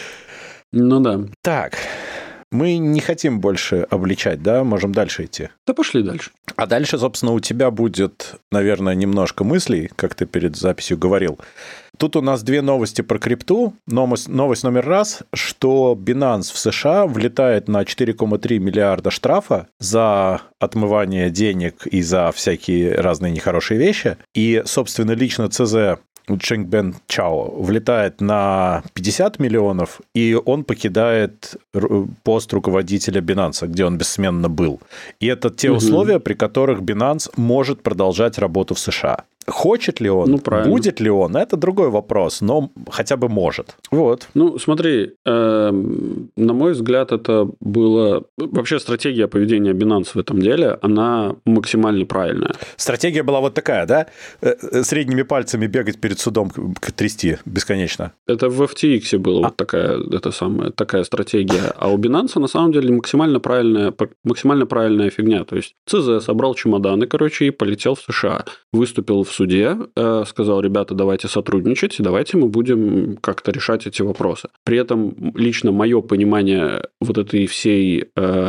Ну да. Так, мы не хотим больше обличать, да? Можем дальше идти. Да пошли дальше. А дальше, собственно, у тебя будет, наверное, немножко мыслей, как ты перед записью говорил. Тут у нас две новости про крипту. Новость номер раз, что Binance в США влетает на 4,3 миллиарда штрафа за отмывание денег и за всякие разные нехорошие вещи. И, собственно, лично ЦЗ Чэньбэн Чао влетает на 50 миллионов, и он покидает пост руководителя Binance, где он бессменно был. И это те условия, при которых Binance может продолжать работу в США. Хочет ли он, будет ли он, это другой вопрос, но хотя бы может. Вот. Смотри, на мой взгляд, это было... Вообще стратегия поведения Binance в этом деле, она максимально правильная. Стратегия была вот такая, да? Средними пальцами бегать перед судом, трясти бесконечно. Это в FTX была вот такая стратегия. А у Binance, на самом деле, максимально правильная фигня. То есть, ЦЗ собрал чемоданы, и полетел в США. Выступил в суде, сказал, ребята, давайте сотрудничать, давайте мы будем как-то решать эти вопросы. При этом лично мое понимание вот этой всей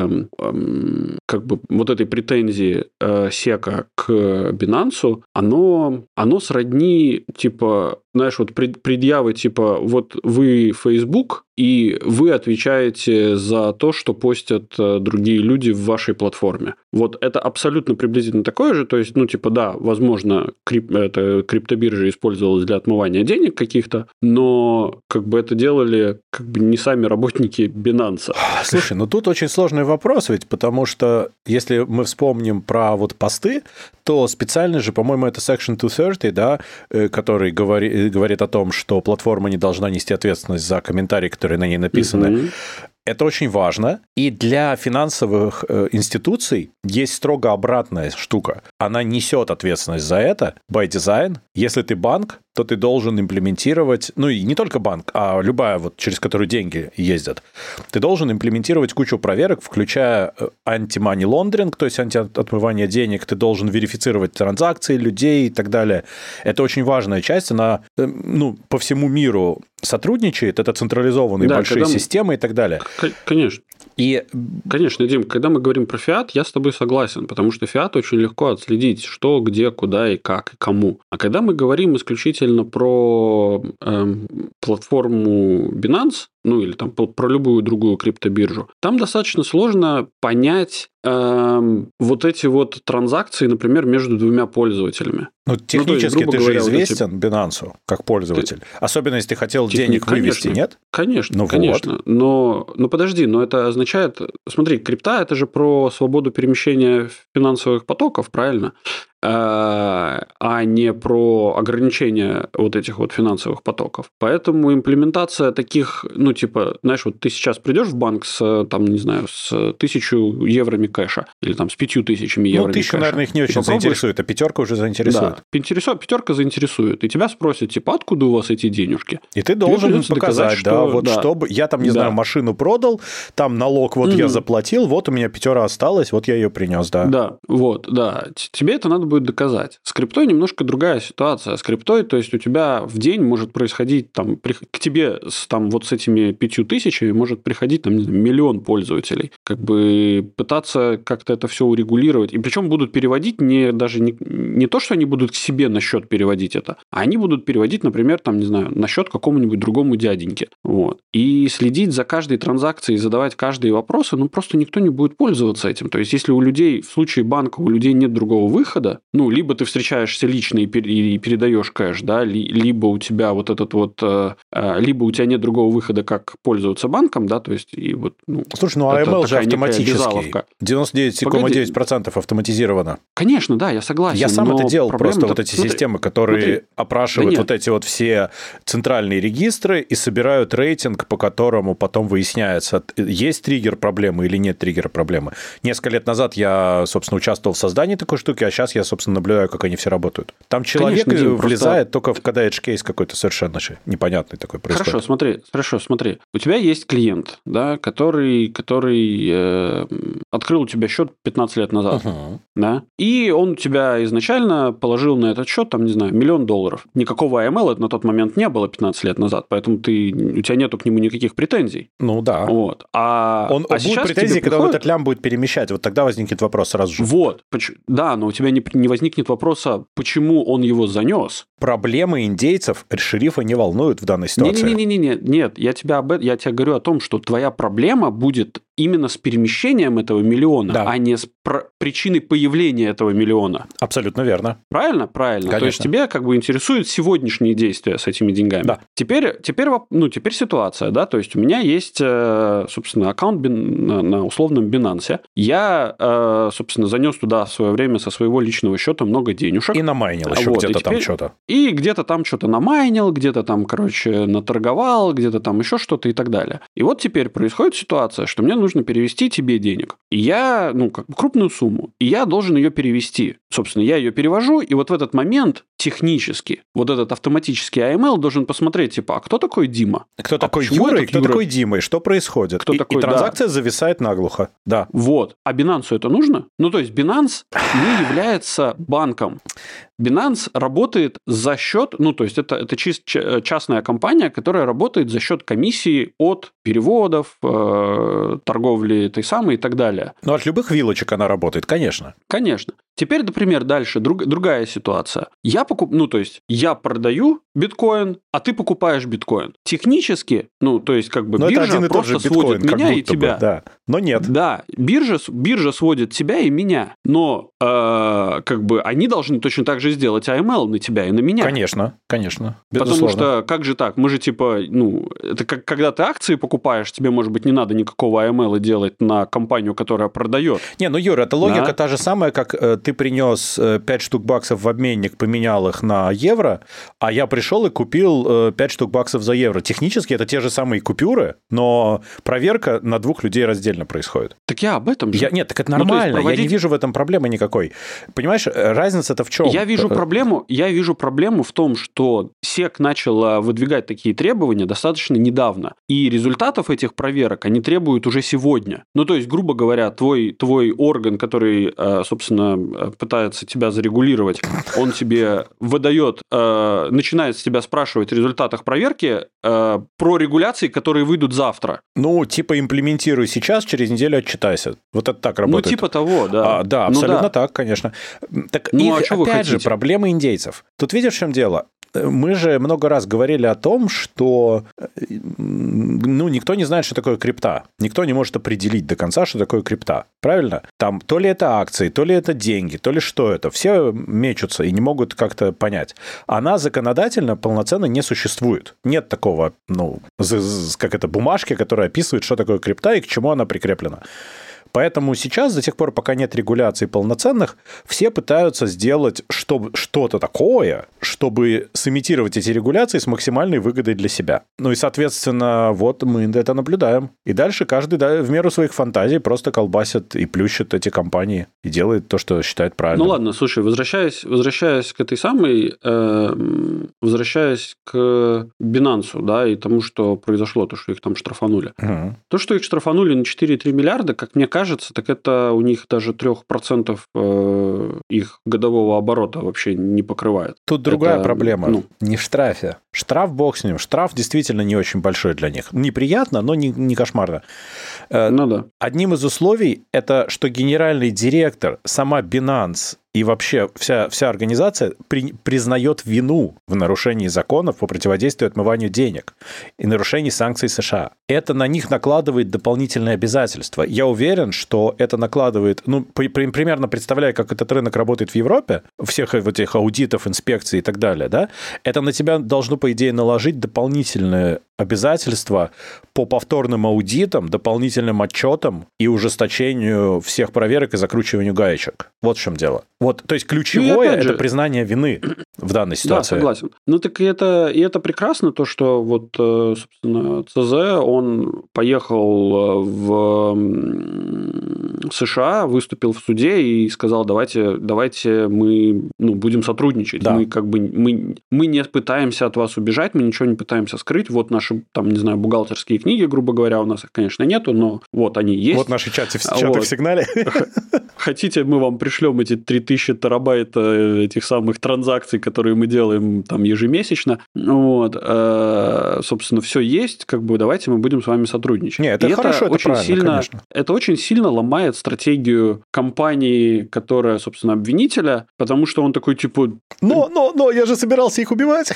вот этой претензии SEC к Binance, оно сродни, предъявы, вот вы Facebook, и вы отвечаете за то, что постят другие люди в вашей платформе. Вот это абсолютно приблизительно такое же, то есть, возможно, криптобиржа использовалась для отмывания денег каких-то, но это делали не сами работники Binance. Слушай, тут очень сложный вопрос ведь, потому что если мы вспомним про посты, то специально же, по-моему, это Section 230, да, который говорит о том, что платформа не должна нести ответственность за комментарии, которые на ней написаны. Это очень важно. И для финансовых институций есть строго обратная штука. Она несет ответственность за это by design. Если ты банк, то ты должен имплементировать, и не только банк, а любая, через которую деньги ездят, ты должен имплементировать кучу проверок, включая анти-money laundering, то есть антиотмывание денег, ты должен верифицировать транзакции людей и так далее. Это очень важная часть, она по всему миру сотрудничает, это централизованные большие системы и так далее. Конечно. Конечно, Дим, когда мы говорим про фиат, я с тобой согласен, потому что фиат очень легко отследить, что, где, куда и как, и кому. А когда мы говорим исключительно относительно про платформу Binance, ну или там про любую другую криптобиржу, там достаточно сложно понять вот эти вот транзакции, например, между двумя пользователями. Ну, технически ты же известен Binance как пользователь. Особенно, если ты хотел денег вывести, нет? Конечно, конечно. Но подожди, но это означает... Смотри, крипта – это же про свободу перемещения финансовых потоков, правильно? А не про ограничение вот этих вот финансовых потоков. Поэтому имплементация таких, ну, типа, знаешь, вот ты сейчас придешь в банк с, там, не знаю, с 1000 еврами кэша или там с 5000 еврами кэша. Ну, 1000, наверное, их не очень заинтересует, а пятерка уже заинтересует. Да, пятерка заинтересует, и тебя спросят, типа, откуда у вас эти денежки? И ты должен показать, что, чтобы я там, не знаю, машину продал, там налог вот я заплатил, вот у меня пятера осталась, вот я ее принес, да. Да, вот, да. Тебе это надо будет доказать. С криптой немножко другая ситуация. С криптой, то есть у тебя в день может происходить, там, к тебе там, вот с этими 5000 может приходить там, не знаю, 1 000 000 пользователей. Как бы пытаться как-то это все урегулировать. И причем будут переводить даже не то, что они будут к себе на счет переводить это, а они будут переводить, например, там, не знаю, на счет какому-нибудь другому дяденьке. Вот. И следить за каждой транзакцией, задавать каждые вопросы, ну, просто никто не будет пользоваться этим. То есть, если у людей, в случае банка, у людей нет другого выхода, ну, либо ты встречаешься лично и передаешь кэш, да, либо у тебя вот этот вот, либо у тебя нет другого выхода, как пользоваться банком, да, то есть, и вот, ну... Слушай, ну, AML же автоматический. 99,9% автоматизировано. Конечно, да, я согласен. Я сам это делал, просто вот эти системы, которые опрашивают вот эти вот все центральные регистры и собирают рейтинг, по которому потом выясняется, есть триггер проблемы или нет триггера проблемы. Несколько лет назад я, собственно, участвовал в создании такой штуки, а сейчас я, собственно, наблюдаю, как они все работают. Там человек влезает только когда edge case какой-то совершенно непонятный такой происходит. Хорошо, смотри. У тебя есть клиент, да, который открыл у тебя счет 15 лет назад, да, и он у тебя изначально положил на этот счет, там, не знаю, $1 000 000. Никакого AML на тот момент не было 15 лет назад, поэтому у тебя нету к нему никаких претензий. Ну да. Вот. Он будет претензии, когда он этот лям будет перемещать, вот тогда возникнет вопрос сразу же. Вот. Да, но у тебя не возникнет вопроса, почему он его занес. Проблемы индейцев шерифа не волнуют в данной ситуации. Нет, я тебе говорю о том, что твоя проблема будет именно с перемещением этого миллиона, а не с причиной появления этого миллиона. Абсолютно верно. Правильно? Правильно. Конечно. То есть тебя как бы интересуют сегодняшние действия с этими деньгами. Да. Теперь ситуация, да, то есть у меня есть, собственно, аккаунт на условном Binance. Я, собственно, занес туда в свое время со своего личного счета много денежек. И намайнил еще где-то там что-то. И где-то там что-то намайнил, где-то там, наторговал, где-то там еще что-то и так далее. И вот теперь происходит ситуация, что мне нужно перевести тебе денег. И я, крупную сумму. И я должен ее перевести. Собственно, я ее перевожу, и вот в этот момент технически вот этот автоматический AML должен посмотреть, типа, а кто такой Дима? Кто такой Юра и кто такой Дима? И что происходит? И транзакция зависает наглухо. Да. Вот. А Binance это нужно? Ну, то есть, Binance не является банком. Binance работает за счет, то есть это частная компания, которая работает за счет комиссии от переводов, торговли этой самой и так далее. Ну, от любых вилочек она работает, конечно. Конечно. Теперь, например, дальше другая ситуация. Я продаю биткоин, а ты покупаешь биткоин. Технически, биржа просто сводит меня и тебя. Да. Но нет. Да, биржа сводит тебя и меня, но они должны точно так же сделать AML на тебя и на меня. Конечно. Безусловно. Потому что, как же так? Мы же это как когда ты акции покупаешь, тебе, может быть, не надо никакого AML делать на компанию, которая продает. Юра, эта логика та же самая, как ты принес 5 штук баксов в обменник, поменял их на евро, а я пришел и купил 5 штук баксов за евро. Технически это те же самые купюры, но проверка на 2 людей раздельно происходит. Так я об этом же. Нет, так это нормально, я не вижу в этом проблемы никакой. Понимаешь, разница-то в чем? Я вижу проблему в том, что SEC начала выдвигать такие требования достаточно недавно, и результатов этих проверок они требуют уже сегодня. То есть, грубо говоря, твой орган, который, собственно, пытается тебя зарегулировать, он тебе выдает, начинает с тебя спрашивать о результатах проверки про регуляции, которые выйдут завтра. Имплементируй сейчас, через неделю отчитайся. Вот это так работает. Того, да. Да, абсолютно так, конечно. Так опять же, проблема индейцев. Тут видишь, в чем дело? мы же много раз говорили о том, что никто не знает, что такое крипта. Никто не может определить до конца, что такое крипта. Правильно? Там то ли это акции, то ли это деньги, то ли что это. Все мечутся и не могут как-то понять. Она законодательно полноценно не существует. Нет такого, бумажки, которая описывает, что такое крипта и к чему она прикреплена. Поэтому сейчас, до тех пор, пока нет регуляций полноценных, все пытаются сделать что-то такое, чтобы сымитировать эти регуляции с максимальной выгодой для себя. Ну и, соответственно, вот мы это наблюдаем. И дальше каждый в меру своих фантазий просто колбасит и плющит эти компании и делает то, что считает правильным. Ну ладно, слушай, возвращаясь к этой самой, возвращаясь к Binance, да, и тому, что произошло, то, что их там штрафанули. Угу. То, что их штрафанули на 4,3 миллиарда, как мне кажется, так это у них даже 3% их годового оборота вообще не покрывает. Тут другая проблема. Не в штрафе. Штраф, бог с ним. Штраф действительно не очень большой для них. Неприятно, но не кошмарно. Да. Одним из условий это, что генеральный директор, сама Binance и вообще вся организация признает вину в нарушении законов по противодействию отмыванию денег и нарушении санкций США. Это на них накладывает дополнительные обязательства. Я уверен, что это накладывает... примерно представляя, как этот рынок работает в Европе, всех этих аудитов, инспекций и так далее, да, это на тебя должно, по идее, наложить дополнительные обязательства по повторным аудитам, дополнительным отчетам и ужесточению всех проверок и закручиванию гаечек. Вот в чем дело. Вот, то есть ключевое это признание вины в данной ситуации. Да, согласен. Так и это прекрасно, то, что вот, собственно, ЦЗ, он поехал в США, выступил в суде и сказал, давайте мы будем сотрудничать. Да. Мы не пытаемся от вас убежать, мы ничего не пытаемся скрыть. Вот наши, бухгалтерские книги, грубо говоря, у нас их, конечно, нету, но вот они есть. Вот наши чаты в сигнале. Хотите, мы вам пришлем эти 3000 терабайт этих самых транзакций, которые мы делаем там ежемесячно. Вот. Собственно, все есть, давайте мы будем с вами сотрудничать. Нет, это хорошо, это очень правильно, конечно. Это очень сильно ломает стратегию компании, которая, собственно, обвинителя, потому что он такой, типа... Но, я же собирался их убивать.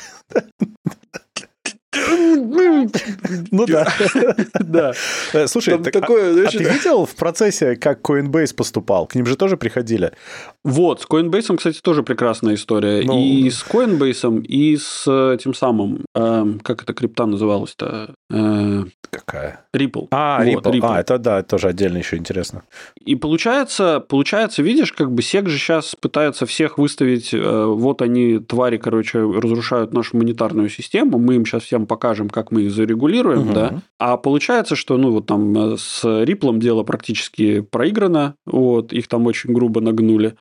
Ну да. Да. Слушай, ты видел в процессе, как Coinbase поступал? К ним же тоже приходили. Вот, с Coinbase, кстати, тоже прекрасная история. И с Coinbase, и с тем самым, как эта крипта называлась-то? Какая? Ripple. Ripple. Это тоже отдельно еще интересно. И получается, видишь, SEC же сейчас пытается всех выставить, вот они, твари, разрушают нашу монетарную систему, мы им сейчас всем покажем, как мы их зарегулируем, да. А получается, что, с Ripple дело практически проиграно, вот, их там очень грубо нагнули.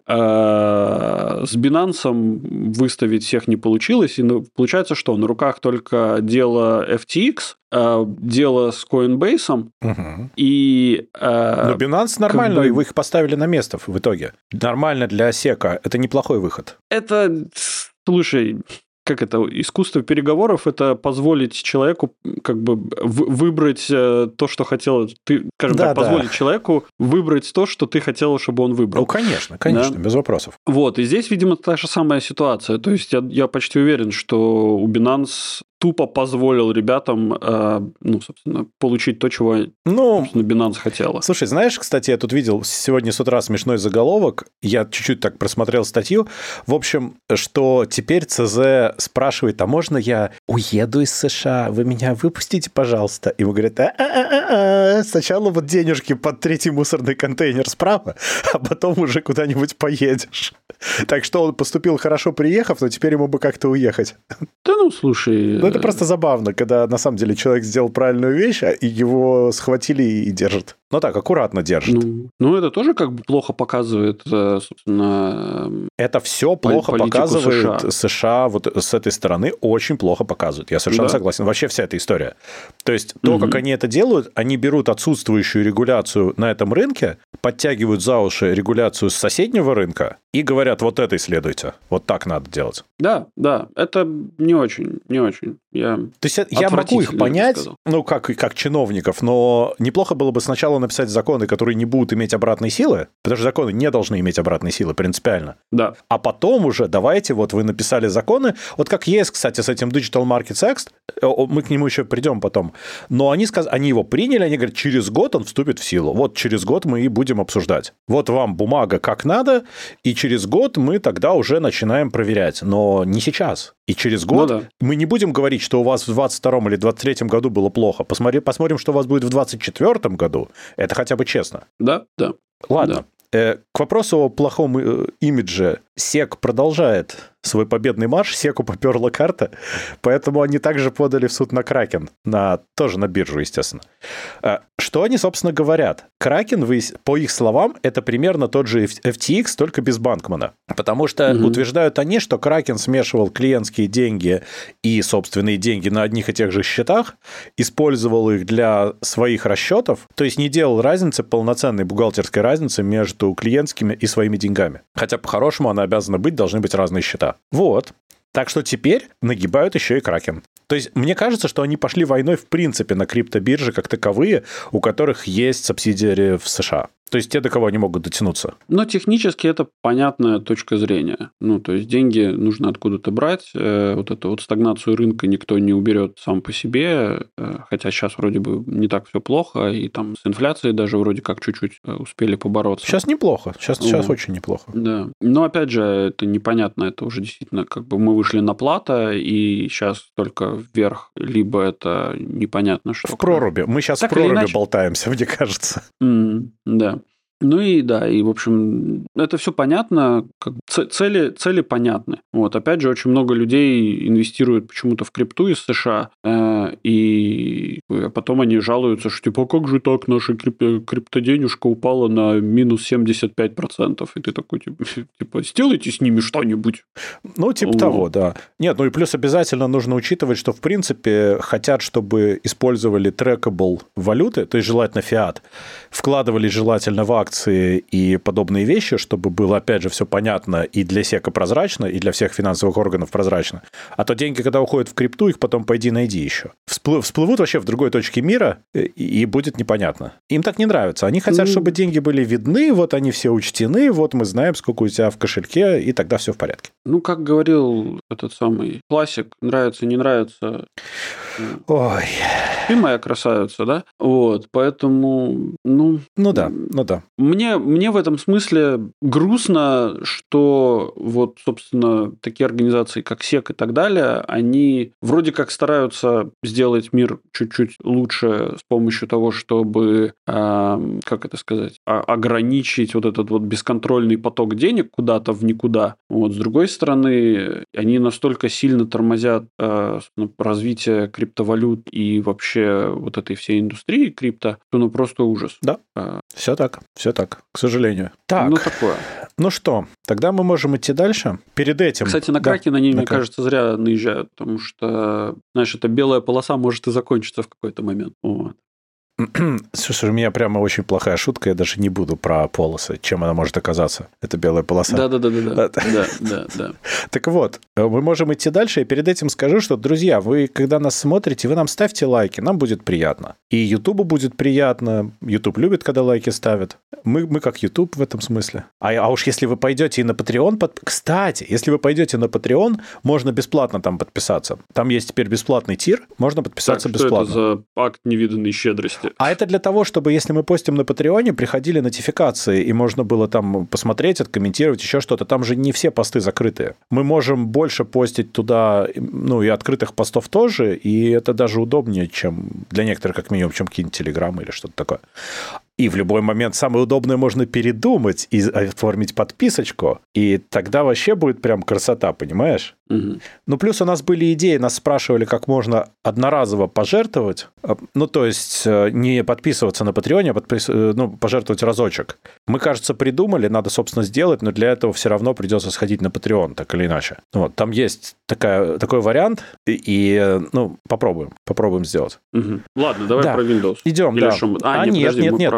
А с Binance выставить всех не получилось, и получается, что на руках только дело FTX, дело с Coinbase, и... Но Binance нормально, вы их поставили на место в итоге. Нормально для SEC, это неплохой выход. Это, слушай... искусство переговоров – это позволить человеку выбрать то, что хотел ты, позволить человеку выбрать то, что ты хотел, чтобы он выбрал. Ну, конечно, без вопросов. Вот, и здесь, видимо, та же самая ситуация. То есть, я почти уверен, что у Binance тупо позволил ребятам, собственно, получить то, чего, собственно, Binance хотела. Слушай, знаешь, кстати, я тут видел сегодня с утра смешной заголовок, я чуть-чуть так просмотрел статью, в общем, что теперь ЦЗ спрашивает, а можно я уеду из США, вы меня выпустите, пожалуйста? И ему говорят, сначала вот денежки под третий мусорный контейнер справа, а потом уже куда-нибудь поедешь. Так что он поступил хорошо, приехав, но теперь ему бы как-то уехать. Да слушай... Это просто забавно, когда на самом деле человек сделал правильную вещь, и его схватили и держат. Так, аккуратно держат. Это тоже плохо показывает, собственно... Это все плохо показывает США вот с этой стороны, очень плохо показывает. Я совершенно согласен. Вообще вся эта история. То есть, то, как они это делают, они берут отсутствующую регуляцию на этом рынке, подтягивают за уши регуляцию с соседнего рынка и говорят, вот это исследуйте. Вот так надо делать. Да, это не очень. То есть я могу их понять, как чиновников, но неплохо было бы сначала написать законы, которые не будут иметь обратной силы, потому что законы не должны иметь обратной силы принципиально. Да. А потом уже давайте, вот вы написали законы, вот как есть, кстати, с этим Digital Markets Act, мы к нему еще придем потом, но они его приняли, они говорят, через год он вступит в силу. Вот через год мы и будем обсуждать. Вот вам бумага как надо, и через год мы тогда уже начинаем проверять, но не сейчас. И через год мы не будем говорить, что у вас в 2022 или 2023 году было плохо. Посмотрим, что у вас будет в 2024 году. Это хотя бы честно. Да. Ладно. Да. К вопросу о плохом имидже. SEC продолжает свой победный марш, SEC поперла карта, поэтому они также подали в суд на Kraken, тоже на биржу, естественно. Что они, собственно, говорят? Kraken, по их словам, это примерно тот же FTX, только без Банкмана. Потому что утверждают они, что Kraken смешивал клиентские деньги и собственные деньги на одних и тех же счетах, использовал их для своих расчетов, то есть не делал разницы, полноценной бухгалтерской разницы между клиентскими и своими деньгами. Хотя по-хорошему она обязана быть, должны быть разные счета. Вот. Так что теперь нагибают еще и Kraken. То есть мне кажется, что они пошли войной в принципе на криптобиржи как таковые, у которых есть субсидиари в США. То есть те, до кого они могут дотянуться. Но технически это понятная точка зрения. То есть деньги нужно откуда-то брать. Вот эту вот стагнацию рынка никто не уберет сам по себе. Хотя сейчас вроде бы не так все плохо. И там с инфляцией даже вроде как чуть-чуть успели побороться. Сейчас неплохо. Сейчас очень неплохо. Да. Но опять же, это непонятно. Это уже действительно как бы мы вышли на плато, и сейчас только вверх. Либо это непонятно что. В проруби. Мы сейчас так в проруби болтаемся, мне кажется. Да. И, в общем, это все понятно, цели понятны. Вот, опять же, очень много людей инвестируют почему-то в крипту из США, и потом они жалуются, что типа, как же так, наша криптоденежка упала на минус 75%. И ты такой, типа, сделайте с ними что-нибудь. Того, да. Нет, и плюс обязательно нужно учитывать, что, в принципе, хотят, чтобы использовали trackable валюты, то есть желательно фиат, вкладывали желательно в акции и подобные вещи, чтобы было, опять же, все понятно и для SEC прозрачно, и для всех финансовых органов прозрачно. А то деньги, когда уходят в крипту, их потом пойди найди еще. Всплывут вообще в другой точке мира, и будет непонятно. Им так не нравится. Они хотят, чтобы деньги были видны, вот они все учтены, вот мы знаем, сколько у тебя в кошельке, и тогда все в порядке. Как говорил этот самый классик, нравится, не нравится. Ой. Ты моя красавица, да? Вот, поэтому, да. Мне в этом смысле грустно, что вот, собственно, такие организации, как SEC и так далее, они вроде как стараются сделать мир чуть-чуть лучше с помощью того, чтобы, ограничить вот этот вот бесконтрольный поток денег куда-то в никуда. Вот, с другой стороны, они настолько сильно тормозят развитие криптовалют и вообще вот этой всей индустрии крипто, что просто ужас. Да, все так, к сожалению. Так, такое. Что, тогда мы можем идти дальше. Перед этим... Кстати, на Kraken они, мне кажется, зря наезжают, потому что, знаешь, эта белая полоса может и закончиться в какой-то момент. Вот. Слушай, у меня прямо очень плохая шутка, я даже не буду про полосы, чем она может оказаться, эта белая полоса. Да. Так вот, мы можем идти дальше, и перед этим скажу, что, друзья, вы, когда нас смотрите, вы нам ставьте лайки, нам будет приятно. И Ютубу будет приятно, Ютуб любит, когда лайки ставят. Мы как Ютуб в этом смысле. А уж если вы пойдете и на Patreon... Кстати, если вы пойдете на Patreon, можно бесплатно там подписаться. Там есть теперь бесплатный тир, можно подписаться бесплатно. Что это за акт невиданной щедрости? А это для того, чтобы, если мы постим на Патреоне, приходили нотификации, и можно было там посмотреть, откомментировать, еще что-то. Там же не все посты закрытые. Мы можем больше постить туда, и открытых постов тоже, и это даже удобнее, чем для некоторых, как минимум, чем какие-нибудь телеграммы или что-то такое. И в любой момент самое удобное можно передумать и оформить подписочку, и тогда вообще будет прям красота, понимаешь? Угу. Плюс у нас были идеи, нас спрашивали, как можно одноразово пожертвовать, то есть не подписываться на Патреоне, а пожертвовать разочек. Мы, кажется, придумали, надо, собственно, сделать, но для этого все равно придется сходить на Patreon, так или иначе. Там есть такой вариант, и попробуем сделать. Угу. Ладно, давай про Windows. Идем, или да. Шум... Нет,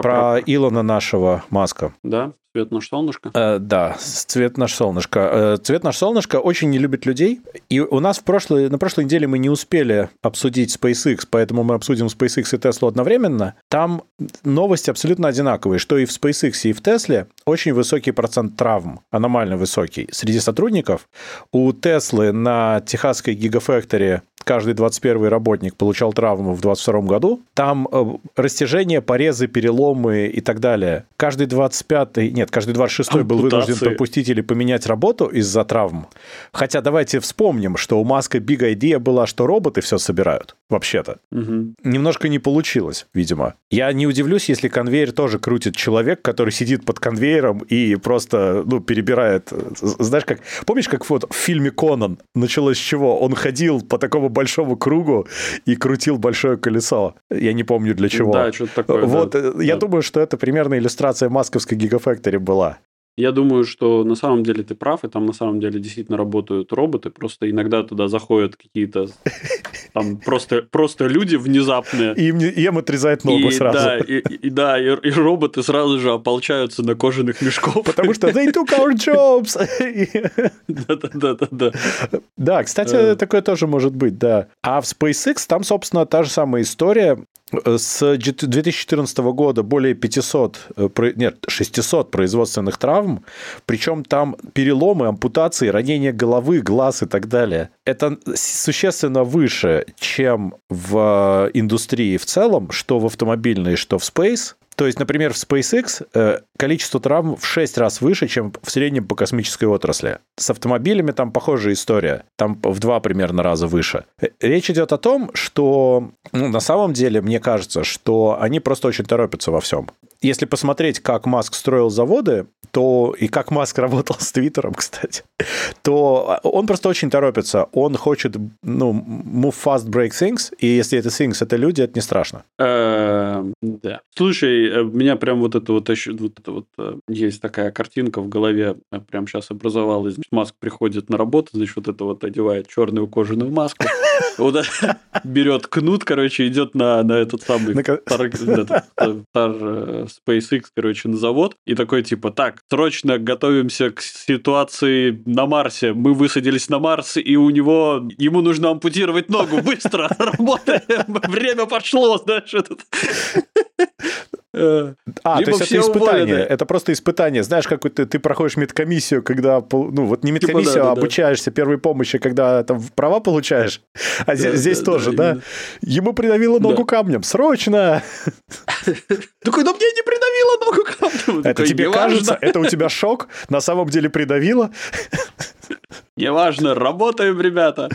Про Илона нашего Маска. Да? Цвет наше солнышко? Да, цвет наше солнышко. Цвет наше солнышко очень не любит людей. И у нас на прошлой неделе мы не успели обсудить SpaceX, поэтому мы обсудим SpaceX и Tesla одновременно. Там новости абсолютно одинаковые, что и в SpaceX, и в Tesla очень высокий процент травм, аномально высокий, среди сотрудников. У Tesla на техасской Gigafactory каждый 21-й работник получал травму в 22 году. Там растяжения, порезы, переломы и так далее. Каждый 26-й был вынужден пропустить или поменять работу из-за травм. Хотя давайте вспомним, что у Маска big idea была, что роботы все собирают, вообще-то. Угу. Немножко не получилось, видимо. Я не удивлюсь, если конвейер тоже крутит человек, который сидит под конвейером и просто, перебирает. Знаешь, помнишь, как в фильме «Конан» началось с чего? Он ходил по такому большому кругу и крутил большое колесо. Я не помню для чего. Да, что-то такое. Я думаю, что это примерно иллюстрация масковской Gigafactory была. Я думаю, что на самом деле ты прав, и там на самом деле действительно работают роботы, просто иногда туда заходят какие-то там просто люди внезапные. И им отрезают ногу сразу. И роботы сразу же ополчаются на кожаных мешков. Потому что they took our jobs. Да. Да, кстати, такое тоже может быть, да. А в SpaceX там, собственно, та же самая история. С 2014 года более 600 производственных травм, причем там переломы, ампутации, ранения головы, глаз и так далее. Это существенно выше, чем в индустрии в целом, что в автомобильной, что в Space. То есть, например, в SpaceX количество травм в 6 раз выше, чем в среднем по космической отрасли. С автомобилями там похожая история. Там в 2 примерно раза выше. Речь идет о том, что на самом деле, мне кажется, что они просто очень торопятся во всем. Если посмотреть, как Маск строил заводы, то и как Маск работал с Твиттером, кстати, то он просто очень торопится. Он хочет, move fast, break things, и если это things, это люди, это не страшно. Да. Слушай, у меня прям вот это вот есть такая картинка в голове, прям сейчас образовалась. Маск приходит на работу, значит, вот это вот одевает черную кожаную маску, берет кнут, идет на этот самый SpaceX, на завод, и такой типа, так, срочно готовимся к ситуации на Марсе. Мы высадились на Марс, и ему нужно ампутировать ногу. Быстро работаем, время пошло, знаешь, то есть это испытание. Это просто испытание. Знаешь, как ты проходишь медкомиссию, когда, не медкомиссию, а обучаешься первой помощи, когда там права получаешь. А здесь тоже, да? Ему придавило ногу камнем. Срочно! Такой, да мне не придавило ногу камнем. Это тебе кажется? Это у тебя шок? На самом деле придавило? Неважно, работаем, ребята.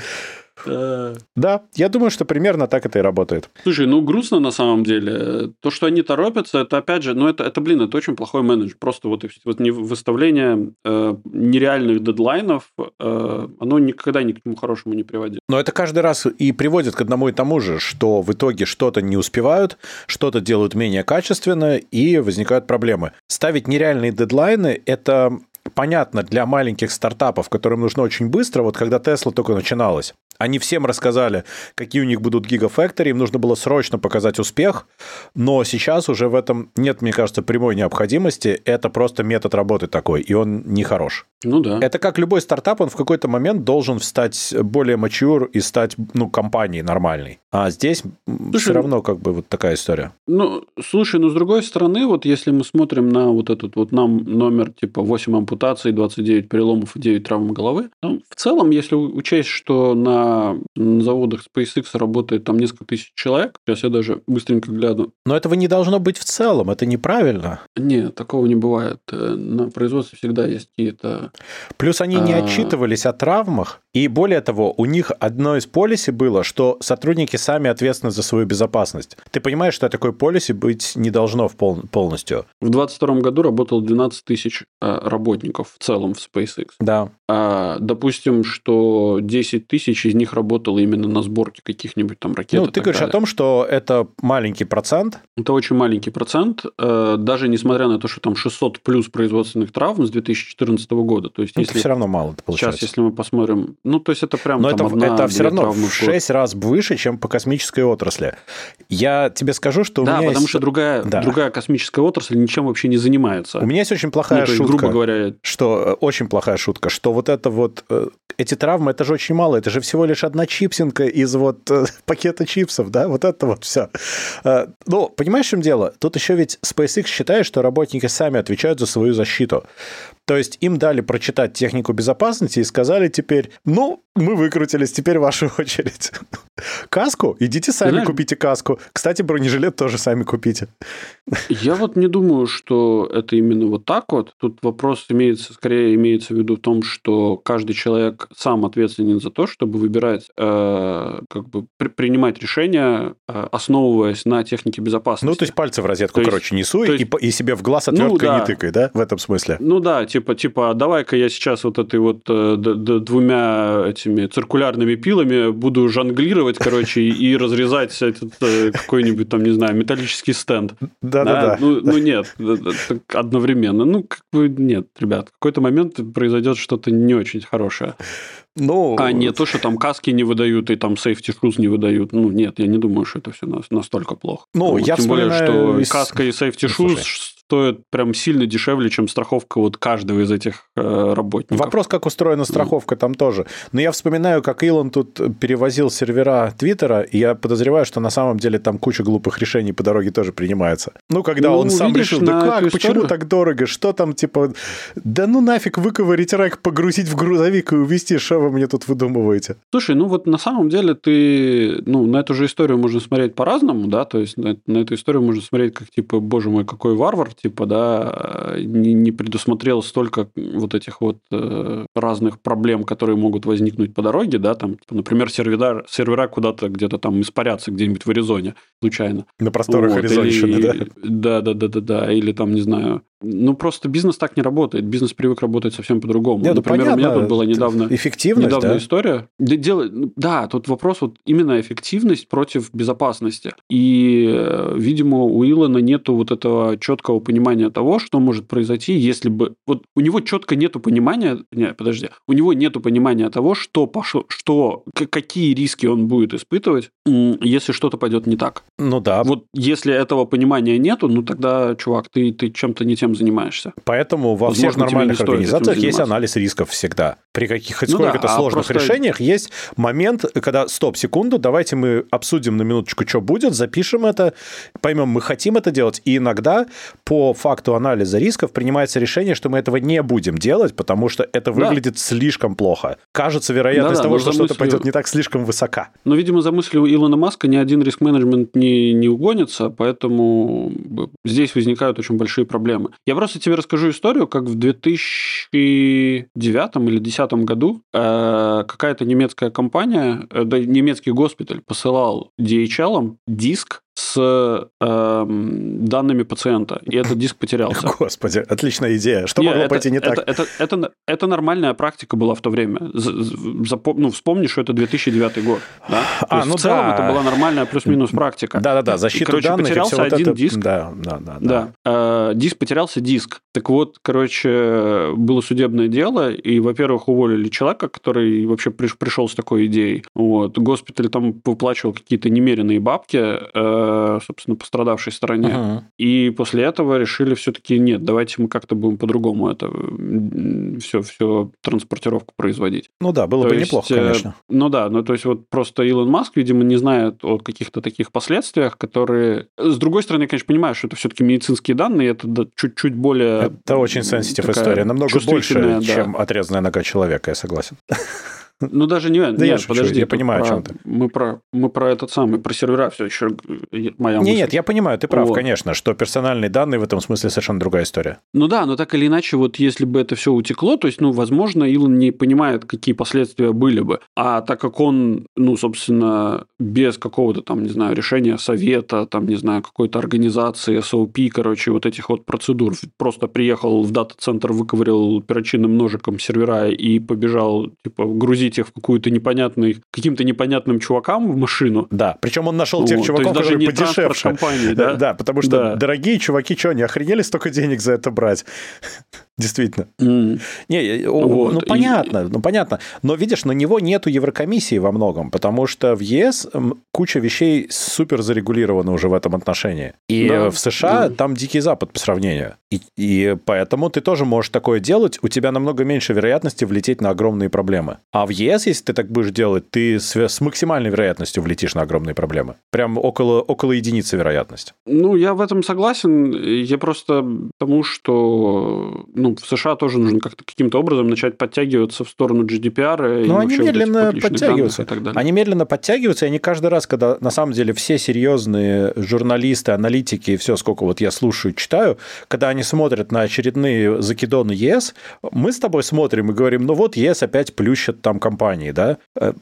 Да, я думаю, что примерно так это и работает. Слушай, грустно на самом деле. То, что они торопятся, это опять же, это очень плохой менеджмент. Просто вот выставление нереальных дедлайнов, оно никогда ни к чему хорошему не приводит. Но это каждый раз и приводит к одному и тому же, что в итоге что-то не успевают, что-то делают менее качественно, и возникают проблемы. Ставить нереальные дедлайны – это понятно для маленьких стартапов, которым нужно очень быстро, вот когда Tesla только начиналась. Они всем рассказали, какие у них будут гигафактори, им нужно было срочно показать успех, но сейчас уже в этом нет, мне кажется, прямой необходимости, это просто метод работы такой, и он не хорош. Ну да. Это как любой стартап, он в какой-то момент должен стать более mature и стать, компанией нормальной. А здесь все равно вот такая история. Слушай, с другой стороны, вот если мы смотрим на вот этот вот нам номер типа 8 ампутаций, 29 переломов и 9 травм головы, в целом, если учесть, что на заводах SpaceX работает там несколько тысяч человек, сейчас я даже быстренько гляну. Но этого не должно быть в целом, это неправильно. Нет, такого не бывает. На производстве всегда есть какие-то... Плюс они не отчитывались о травмах, и более того, у них одно из полиси было, что сотрудники сами ответственны за свою безопасность. Ты понимаешь, что такой полиси быть не должно полностью? В 2022 году работало 12 тысяч работников в целом в SpaceX. Да. Допустим, что 10 тысяч из них работало именно на сборке каких-нибудь там ракет. Ты говоришь о том, что это маленький процент? Это очень маленький процент. Даже несмотря на то, что там 600 плюс производственных травм с 2014 года, года. То есть, если... Это все равно мало получается. Сейчас, если мы посмотрим... Ну, то есть, это прям но там это все равно в 6 раз выше, чем по космической отрасли. Я тебе скажу, что у меня потому что другая космическая отрасль ничем вообще не занимается. У меня есть очень плохая шутка. Грубо говоря... Очень плохая шутка, что вот это вот... Эти травмы, это же очень мало. Это же всего лишь одна чипсинка из вот пакета чипсов, да? Вот это вот все. Ну, понимаешь, в чем дело? Тут еще ведь SpaceX считает, что работники сами отвечают за свою защиту. То есть им дали прочитать технику безопасности и сказали теперь, ну, мы выкрутились, теперь ваша очередь. Каску? Идите сами купите каску. Кстати, бронежилет тоже сами купите. Я вот не думаю, что это именно вот так вот. Тут вопрос скорее имеется в виду в том, что каждый человек сам ответственен за то, чтобы выбирать, принимать решения, основываясь на технике безопасности. Ну, то есть пальцы в розетку, не суй и себе в глаз отверткой не тыкай, да, в этом смысле? Ну да, типа, давай-ка я сейчас вот этой вот двумя этими циркулярными пилами буду жонглировать, и разрезать этот какой-нибудь там, не знаю, металлический стенд. Да-да-да. Ну нет, одновременно. Ну, нет, ребят, в какой-то момент произойдет что-то не очень хорошее. А не то, что там каски не выдают и там safety shoes не выдают. Ну, нет, я не думаю, что это все настолько плохо. Тем более, что каска и safety shoes стоят прям сильно дешевле, чем страховка вот каждого из этих работников. Вопрос, как устроена страховка там тоже. Но я вспоминаю, как Илон тут перевозил сервера Твиттера, и я подозреваю, что на самом деле там куча глупых решений по дороге тоже принимается. Ну, когда он сам решил, почему так дорого, что там, типа, да ну нафиг выковырить рэк, погрузить в грузовик и увезти, что вы мне тут выдумываете? Слушай, ну вот на самом деле на эту же историю можно смотреть по-разному, да, то есть на эту историю можно смотреть как, типа, боже мой, какой варвар, типа, да, не предусмотрел столько вот этих вот разных проблем, которые могут возникнуть по дороге, да, там, например, сервера куда-то где-то там испарятся где-нибудь в Аризоне случайно. На просторах Аризонщины, да? Да, или там, не знаю, ну, просто бизнес так не работает, бизнес привык работать совсем по-другому. Нет, например, понятно, у меня тут была недавно история. Да, тут вопрос вот именно эффективность против безопасности. И, видимо, у Илона нету вот этого четкого понимания того, что может произойти, если бы... Вот у него четко нету понимания... У него нету понимания того, какие риски он будет испытывать, если что-то пойдет не так. Ну да. Вот если этого понимания нету, ну тогда, чувак, ты чем-то не тем занимаешься. Поэтому во всех нормальных организациях есть анализ рисков всегда. При хоть сколько-то сложных решениях есть момент, когда, секунду, давайте мы обсудим на минуточку, что будет, запишем это, поймем, мы хотим это делать, и иногда по факту анализа рисков принимается решение, что мы этого не будем делать, потому что это выглядит слишком плохо. Кажется, вероятность того, что что-то пойдет не так, слишком высока. Но, видимо, за мыслью Илона Маска ни один риск-менеджмент не угонится, поэтому здесь возникают очень большие проблемы. Я просто тебе расскажу историю, как в 2009 или 2010 году какая-то немецкая компания, немецкий госпиталь посылал DHL диск с данными пациента, и этот диск потерялся. Господи, отличная идея. Что могло пойти не так? Это нормальная практика была в то время. Вспомни, что это 2009 год. Да? В целом это была нормальная плюс-минус практика. Да-да-да, защита данных. Потерялся один диск. Да. Диск потерялся диск. Так вот, было судебное дело, и, во-первых, уволили человека, который вообще пришел с такой идеей. Вот. Госпиталь там выплачивал какие-то немеренные бабки, собственно, пострадавшей стороне. И после этого решили все-таки, нет, давайте мы как-то будем по-другому это все транспортировку производить. Ну да, было бы неплохо, конечно. То есть вот просто Илон Маск, видимо, не знает о каких-то таких последствиях, которые... С другой стороны, я, конечно, понимаю, что это все-таки медицинские данные, это чуть-чуть более... Это очень сенситив история, намного больше, чем отрезанная нога человека, я согласен. Ну, даже не... Да нет, подожди, я понимаю, о чем ты. Мы про этот самый, про сервера все еще моя мысль. Нет, я понимаю, ты прав, конечно, что персональные данные в этом смысле совершенно другая история. Ну да, но так или иначе, вот если бы это все утекло, то есть, возможно, Илон не понимает, какие последствия были бы. А так как он, собственно, без какого-то там, не знаю, решения совета, там, не знаю, какой-то организации, SOP, вот этих вот процедур, просто приехал в дата-центр, выковырял перочинным ножиком сервера и побежал, типа, грузить их в каким-то непонятным чувакам в машину. Да, причем он нашел тех чуваков, которые подешевше. Компании, да? Да, потому что дорогие чуваки, что, они охренели столько денег за это брать? Действительно. Понятно. Но, видишь, на него нету Еврокомиссии во многом, потому что в ЕС куча вещей супер зарегулированы уже в этом отношении. И в США там дикий запад по сравнению. И поэтому ты тоже можешь такое делать, у тебя намного меньше вероятности влететь на огромные проблемы. А в ЕС, если ты так будешь делать, ты с максимальной вероятностью влетишь на огромные проблемы. Прям около единицы вероятность. Я в этом согласен. Я просто потому, что в США тоже нужно как-то каким-то образом начать подтягиваться в сторону GDPR. Но они медленно подтягиваются. Они медленно подтягиваются, и они каждый раз, когда на самом деле все серьезные журналисты, аналитики и все, сколько вот я слушаю, читаю, когда они смотрят на очередные закидоны ЕС, мы с тобой смотрим и говорим, ЕС опять плющат там компании, да?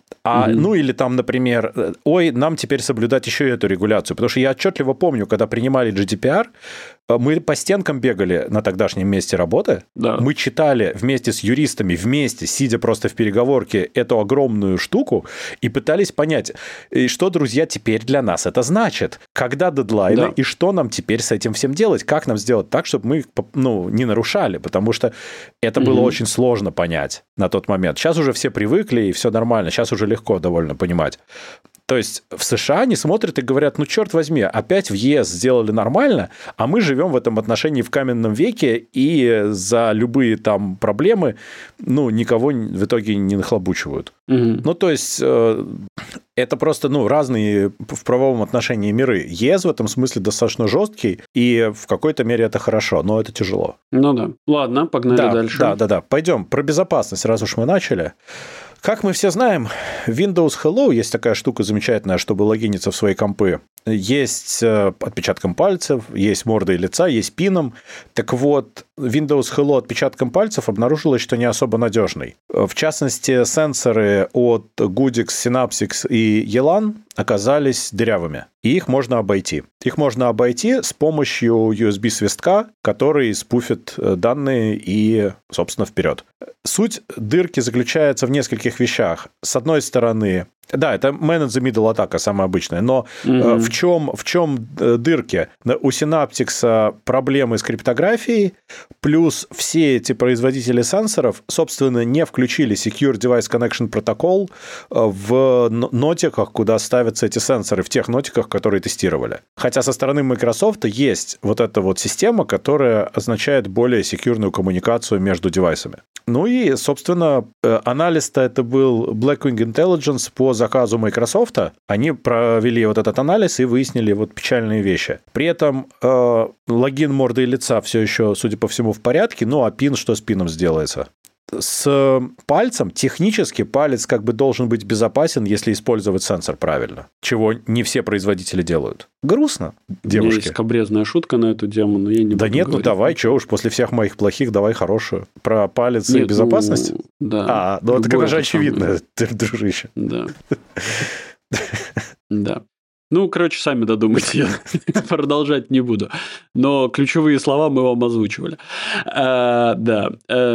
Или там, например, нам теперь соблюдать еще эту регуляцию, потому что я отчетливо помню, когда принимали GDPR, мы по стенкам бегали на тогдашнем месте работы, мы читали вместе с юристами, сидя просто в переговорке, эту огромную штуку и пытались понять, что, друзья, теперь для нас это значит, когда дедлайны и что нам теперь с этим всем делать, как нам сделать так, чтобы мы не нарушали, потому что это было очень сложно понять на тот момент. Сейчас уже все привыкли, и все нормально, сейчас уже легко довольно понимать. То есть в США они смотрят и говорят, черт возьми, опять в ЕС сделали нормально, а мы живем в этом отношении в каменном веке, и за любые там проблемы, никого в итоге не нахлобучивают. То есть это просто, разные в правовом отношении миры. ЕС в этом смысле достаточно жесткий, и в какой-то мере это хорошо, но это тяжело. Ладно, погнали дальше. Да. Пойдем про безопасность, раз уж мы начали. Как мы все знаем, Windows Hello есть такая штука замечательная, чтобы логиниться в свои компы. Есть отпечатком пальцев, есть мордой лица, есть пином. Так вот, Windows Hello отпечатком пальцев обнаружилось, что не особо надежный. В частности, сенсоры от Goodix, Synaptics и Elan оказались дырявыми, и их можно обойти. Их можно обойти с помощью USB-свистка, который спуфит данные и, собственно, вперед. Суть дырки заключается в нескольких вещах. С одной стороны, это man in the middle атака, самая обычная, но в чем дырки? У Synaptics проблемы с криптографией, плюс все эти производители сенсоров, собственно, не включили Secure Device Connection Protocol в нотиках, куда ставятся эти сенсоры, в тех нотиках, которые тестировали. Хотя со стороны Microsoft есть вот эта вот система, которая означает более секьюрную коммуникацию между девайсами. И, собственно, анализ-то это был Blackwing Intelligence по заказу Microsoft. Они провели вот этот анализ и выяснили вот печальные вещи. При этом логин морды и лица все еще, судя по всему, в порядке, а пин, что с пином сделается? С пальцем технически палец должен быть безопасен, если использовать сенсор правильно, чего не все производители делают. Грустно, девушки. У меня есть скабрезная шутка на эту тему, но я не буду говорить. Давай, чего уж, после всех моих плохих давай хорошую. Про палец и безопасность? Да. Это же очевидно, дружище. Да. Да. Сами додумайте, я продолжать не буду. Но ключевые слова мы вам озвучивали. Да.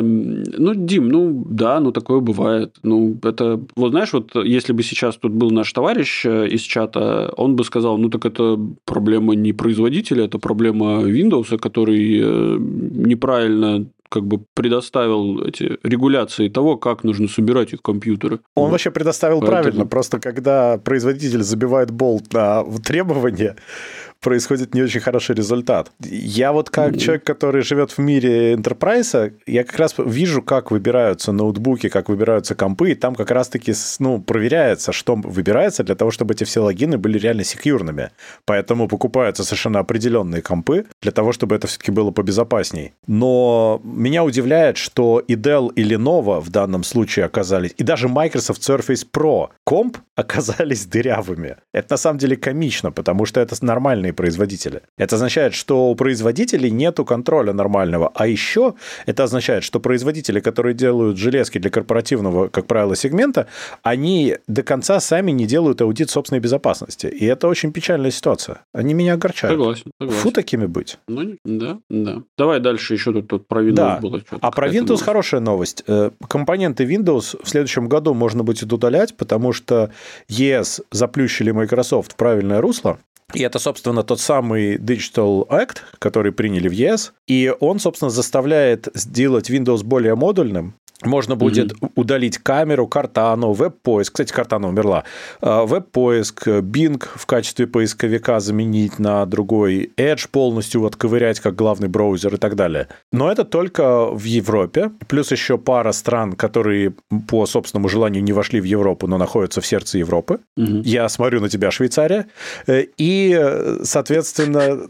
Дим, такое бывает. Это, знаешь, если бы сейчас тут был наш товарищ из чата, он бы сказал, так это проблема не производителя, это проблема Windows, который неправильно предоставил эти регуляции того, как нужно собирать их компьютеры. Он вообще предоставил правильно, просто когда производитель забивает болт на требования, происходит не очень хороший результат. Я как человек, который живет в мире Enterprise, я как раз вижу, как выбираются ноутбуки, как выбираются компы, и там как раз-таки проверяется, что выбирается для того, чтобы эти все логины были реально секьюрными. Поэтому покупаются совершенно определенные компы для того, чтобы это все-таки было побезопасней. Но меня удивляет, что и Dell, и Lenovo в данном случае оказались, и даже Microsoft Surface Pro комп оказались дырявыми. Это на самом деле комично, потому что это нормальные производители. Это означает, что у производителей нету контроля нормального. А еще это означает, что производители, которые делают железки для корпоративного, как правило, сегмента, они до конца сами не делают аудит собственной безопасности. И это очень печальная ситуация. Они меня огорчают. Согласен. Фу такими быть. Да. Давай дальше еще тут про Windows было. А про Windows новость. Хорошая новость. Компоненты Windows в следующем году можно будет удалять, потому что ES заплющили Microsoft в правильное русло. И это, собственно, тот самый Digital Act, который приняли в ЕС. И он, собственно, заставляет сделать Windows более модульным. Можно будет удалить камеру, Cortana, веб-поиск. Кстати, Cortana умерла. Веб-поиск, Bing в качестве поисковика заменить на другой, Edge полностью вот ковырять как главный браузер и так далее. Но это только в Европе. Плюс еще пара стран, которые по собственному желанию не вошли в Европу, но находятся в сердце Европы. Я смотрю на тебя, Швейцария. И, соответственно...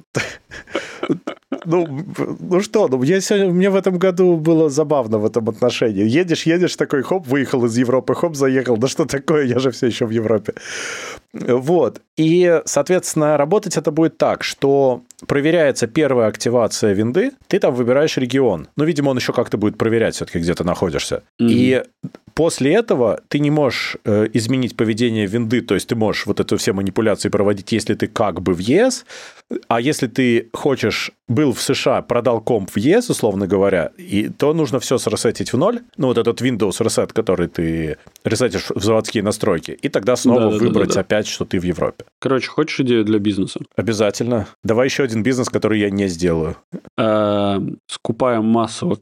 Мне в этом году было забавно в этом отношении. Едешь, такой, хоп, выехал из Европы, хоп, заехал. Да что такое, я же все еще в Европе. Вот. И, соответственно, работать это будет так, что проверяется первая активация винды, ты там выбираешь регион. Ну, видимо, он еще как-то будет проверять все-таки, где ты находишься. И после этого ты не можешь изменить поведение винды, то есть ты можешь вот эту все манипуляции проводить, если ты как бы в ЕС, а если ты хочешь, был в США, продал комп в ЕС, условно говоря, то нужно все сресетить в ноль, ну, вот этот Windows Reset, который ты ресетишь в заводские настройки, и тогда снова выбрать опять, что ты в Европе. Короче, хочешь идею для бизнеса? Обязательно. Давай еще один бизнес, который я не сделаю. Скупаем массово,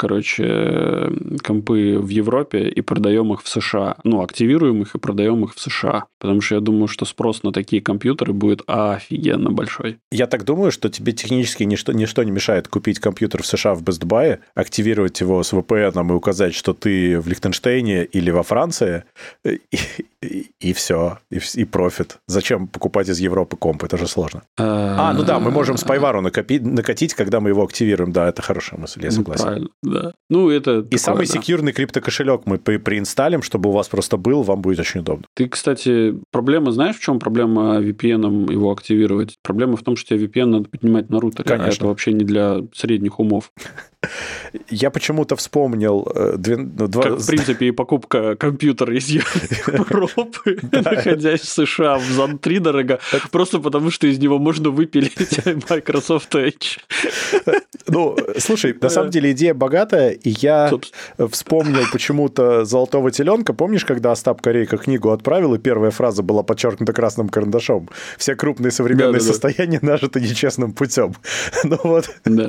компы в Европе и продаем их в США. Ну, активируем их и продаем их в США. Потому что я думаю, что спрос на такие компьютеры будет офигенно большой. Я так думаю, что тебе технически ничто не мешает купить компьютер в США в Best Buy, активировать его с VPN и указать, что ты в Лихтенштейне или во Франции, и все, и профит. Зачем покупать из Европы комп? Это же сложно. Ну да, мы можем SpyWar накатить, когда мы его активируем. Да, это хорошая мысль, я согласен. Правильно, да. Ну, это и самый секьюрный криптокошелек мы приинсталим, чтобы у вас просто был, вам будет очень удобно. Ты, кстати, проблема, знаешь, в чем проблема VPN его активировать? Проблема в том, что тебе VPN надо поднимать на рутере, конечно. А это вообще не для средних умов. Я почему-то вспомнил... Как, в принципе, и покупка компьютера из Европы, находясь в США, втридорого, просто потому, что из него можно выпилить Microsoft Edge. Ну, слушай, на самом деле идея богатая, и я вспомнил почему-то «Золотого теленка». Помнишь, когда Остап Корейко книгу отправил, и первая фраза была подчеркнута красным карандашом? Все крупные современные состояния нажиты нечестным путем. Ну вот.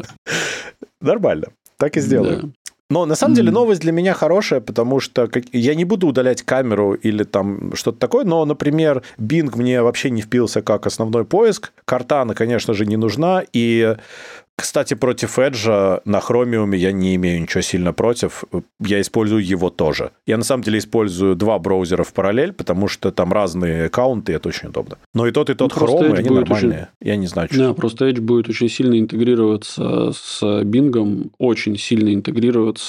Нормально. Так и сделаю. Да. Но на самом деле новость для меня хорошая, потому что я не буду удалять камеру или там что-то такое, но, например, Bing мне вообще не впился как основной поиск. Cortana, конечно же, не нужна. И, кстати, против Edge на Chromium я не имею ничего сильно против. Я использую его тоже. Я, на самом деле, использую два браузера в параллель, потому что там разные аккаунты, и это очень удобно. Но и тот Chrome, они нормальные. Я не знаю, что... Да, просто Edge будет очень сильно интегрироваться с Bing, очень сильно интегрироваться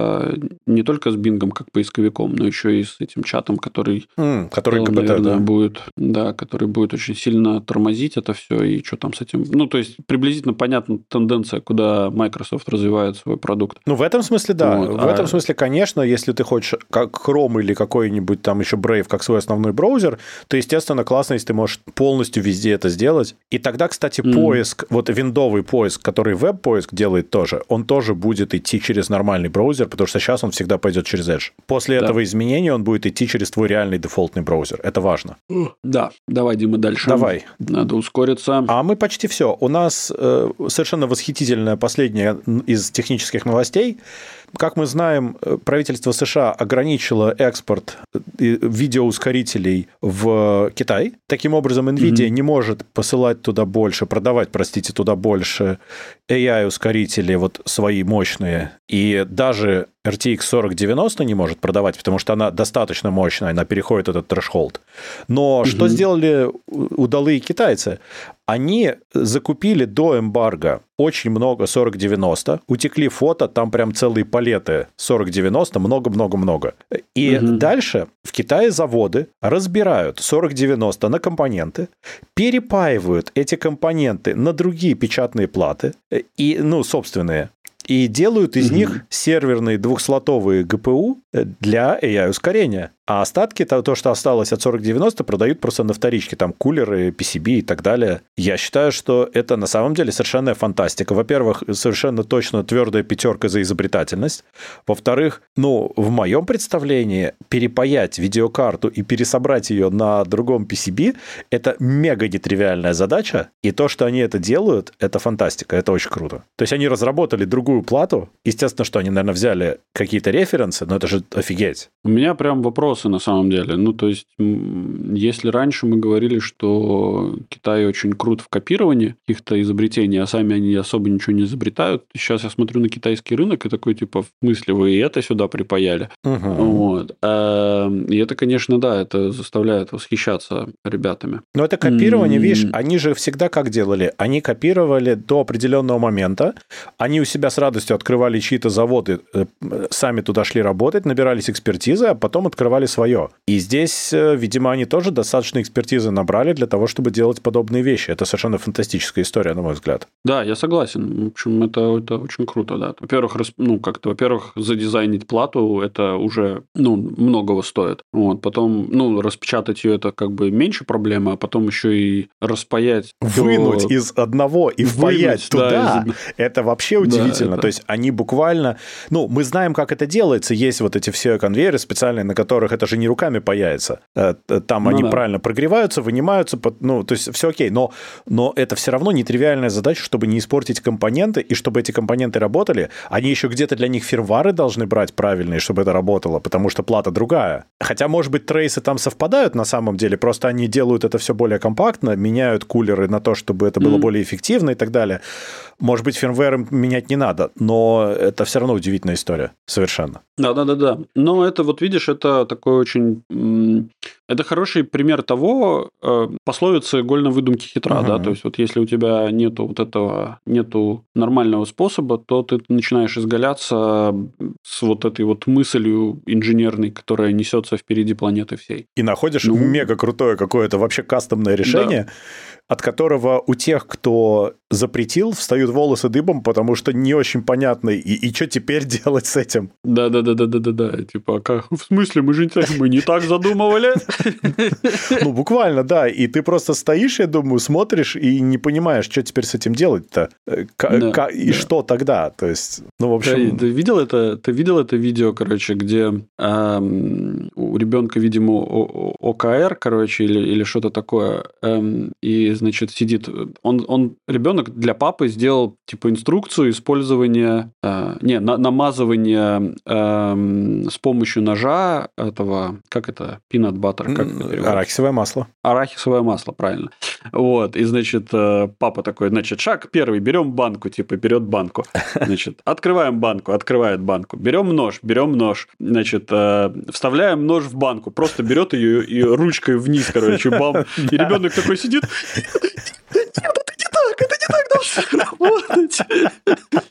не только с Bing как поисковиком, но еще и с этим чатом, который КПТ, наверное, будет, да, который будет очень сильно тормозить это все, и что там с этим... Ну, то есть, приблизительно понятно тенденция, куда Microsoft развивает свой продукт. Ну, в этом смысле, да. Вот. В этом смысле, конечно, если ты хочешь как Chrome или какой-нибудь там еще Brave как свой основной браузер, то, естественно, классно, если ты можешь полностью везде это сделать. И тогда, кстати, поиск, вот виндовый поиск, который веб-поиск делает тоже, он тоже будет идти через нормальный браузер, потому что сейчас он всегда пойдет через Edge. После этого изменения он будет идти через твой реальный дефолтный браузер. Это важно. Да. Давай, Дима, дальше. Давай. Надо ускориться. А мы почти все. У нас совершенно восхитительная последняя из технических новостей. Как мы знаем, правительство США ограничило экспорт видеоускорителей в Китай. Таким образом, NVIDIA не может посылать туда больше, продавать, простите, туда больше AI-ускорители, вот свои мощные. И даже RTX 4090 не может продавать, потому что она достаточно мощная, она переходит этот threshold. Но что сделали удалые китайцы? Они закупили до эмбарго очень много 4090, утекли фото, там прям целые палеты 4090, много-много-много. И дальше в Китае заводы разбирают 4090 на компоненты, перепаивают эти компоненты на другие печатные платы, и, собственные, и делают из них серверные двухслотовые ГПУ, для AI-ускорения. А остатки, то, что осталось от 4090, продают просто на вторичке, там кулеры, PCB и так далее. Я считаю, что это на самом деле совершенно фантастика. Во-первых, совершенно точно твердая пятерка за изобретательность. Во-вторых, в моем представлении перепаять видеокарту и пересобрать ее на другом PCB — это мега нетривиальная задача, и то, что они это делают, это фантастика, это очень круто. То есть они разработали другую плату, естественно, что они, наверное, взяли какие-то референсы, но это же офигеть. У меня прям вопросы на самом деле. То есть, если раньше мы говорили, что Китай очень крут в копировании каких-то изобретений, а сами они особо ничего не изобретают, сейчас я смотрю на китайский рынок и такой, типа, в смысле, вы и это сюда припаяли? Вот. И это, конечно, да, это заставляет восхищаться ребятами. Но это копирование, видишь, они же всегда как делали? Они копировали до определенного момента, они у себя с радостью открывали чьи-то заводы, сами туда шли работать, набирались экспертизы, а потом открывали свое. И здесь, видимо, они тоже достаточно экспертизы набрали для того, чтобы делать подобные вещи. Это совершенно фантастическая история, на мой взгляд. Да, я согласен. В общем, это очень круто, да. Во-первых, задизайнить плату, это уже, многого стоит. Вот. Потом, распечатать ее, это как бы меньше проблема, а потом еще и распаять. Вынуть из одного и впаять туда, это вообще удивительно. Да, это... То есть, они буквально... мы знаем, как это делается. Есть вот эти все конвейеры специальные, на которых это же не руками паяется. Там они правильно прогреваются, вынимаются, то есть все окей. Но это все равно нетривиальная задача, чтобы не испортить компоненты, и чтобы эти компоненты работали. Они еще где-то для них фирмвары должны брать правильные, чтобы это работало, потому что плата другая. Хотя, может быть, трейсы там совпадают на самом деле, просто они делают это все более компактно, меняют кулеры на то, чтобы это было более эффективно и так далее. Может быть, фирмвер менять не надо, но это все равно удивительная история. Совершенно. Да. Но это, вот видишь, это такой очень... Это хороший пример того, пословицы «голь на выдумке хитра», да, то есть вот если у тебя нету нормального способа, то ты начинаешь изгаляться с вот этой вот мыслью инженерной, которая несется впереди планеты всей. И находишь мега крутое какое-то вообще кастомное решение, от которого у тех, кто запретил, встают волосы дыбом, потому что не очень понятно, и что теперь делать с этим? Да. Типа, в смысле, мы не так задумывали? Буквально, да. И ты просто стоишь, я думаю, смотришь и не понимаешь, что теперь с этим делать-то? И что тогда? То есть, в общем... Ты видел это видео, короче, где у ребенка, видимо, ОКР, короче, или что-то такое, и, значит, сидит... Ребенок для папы сделал, типа, инструкцию использования... намазывания с помощью ножа этого... Как это? Peanut butter? Как это переводится? Арахисовое масло. Арахисовое масло, правильно. Вот. И, значит, папа такой, значит, шаг первый, берем банку, типа, берет банку. Значит, открываем банку, открывает банку. Берем нож. Значит, вставляем нож в банку. Просто берет ее и ручкой вниз, короче, бам. И ребенок такой сидит... Нет, это не так должно работать.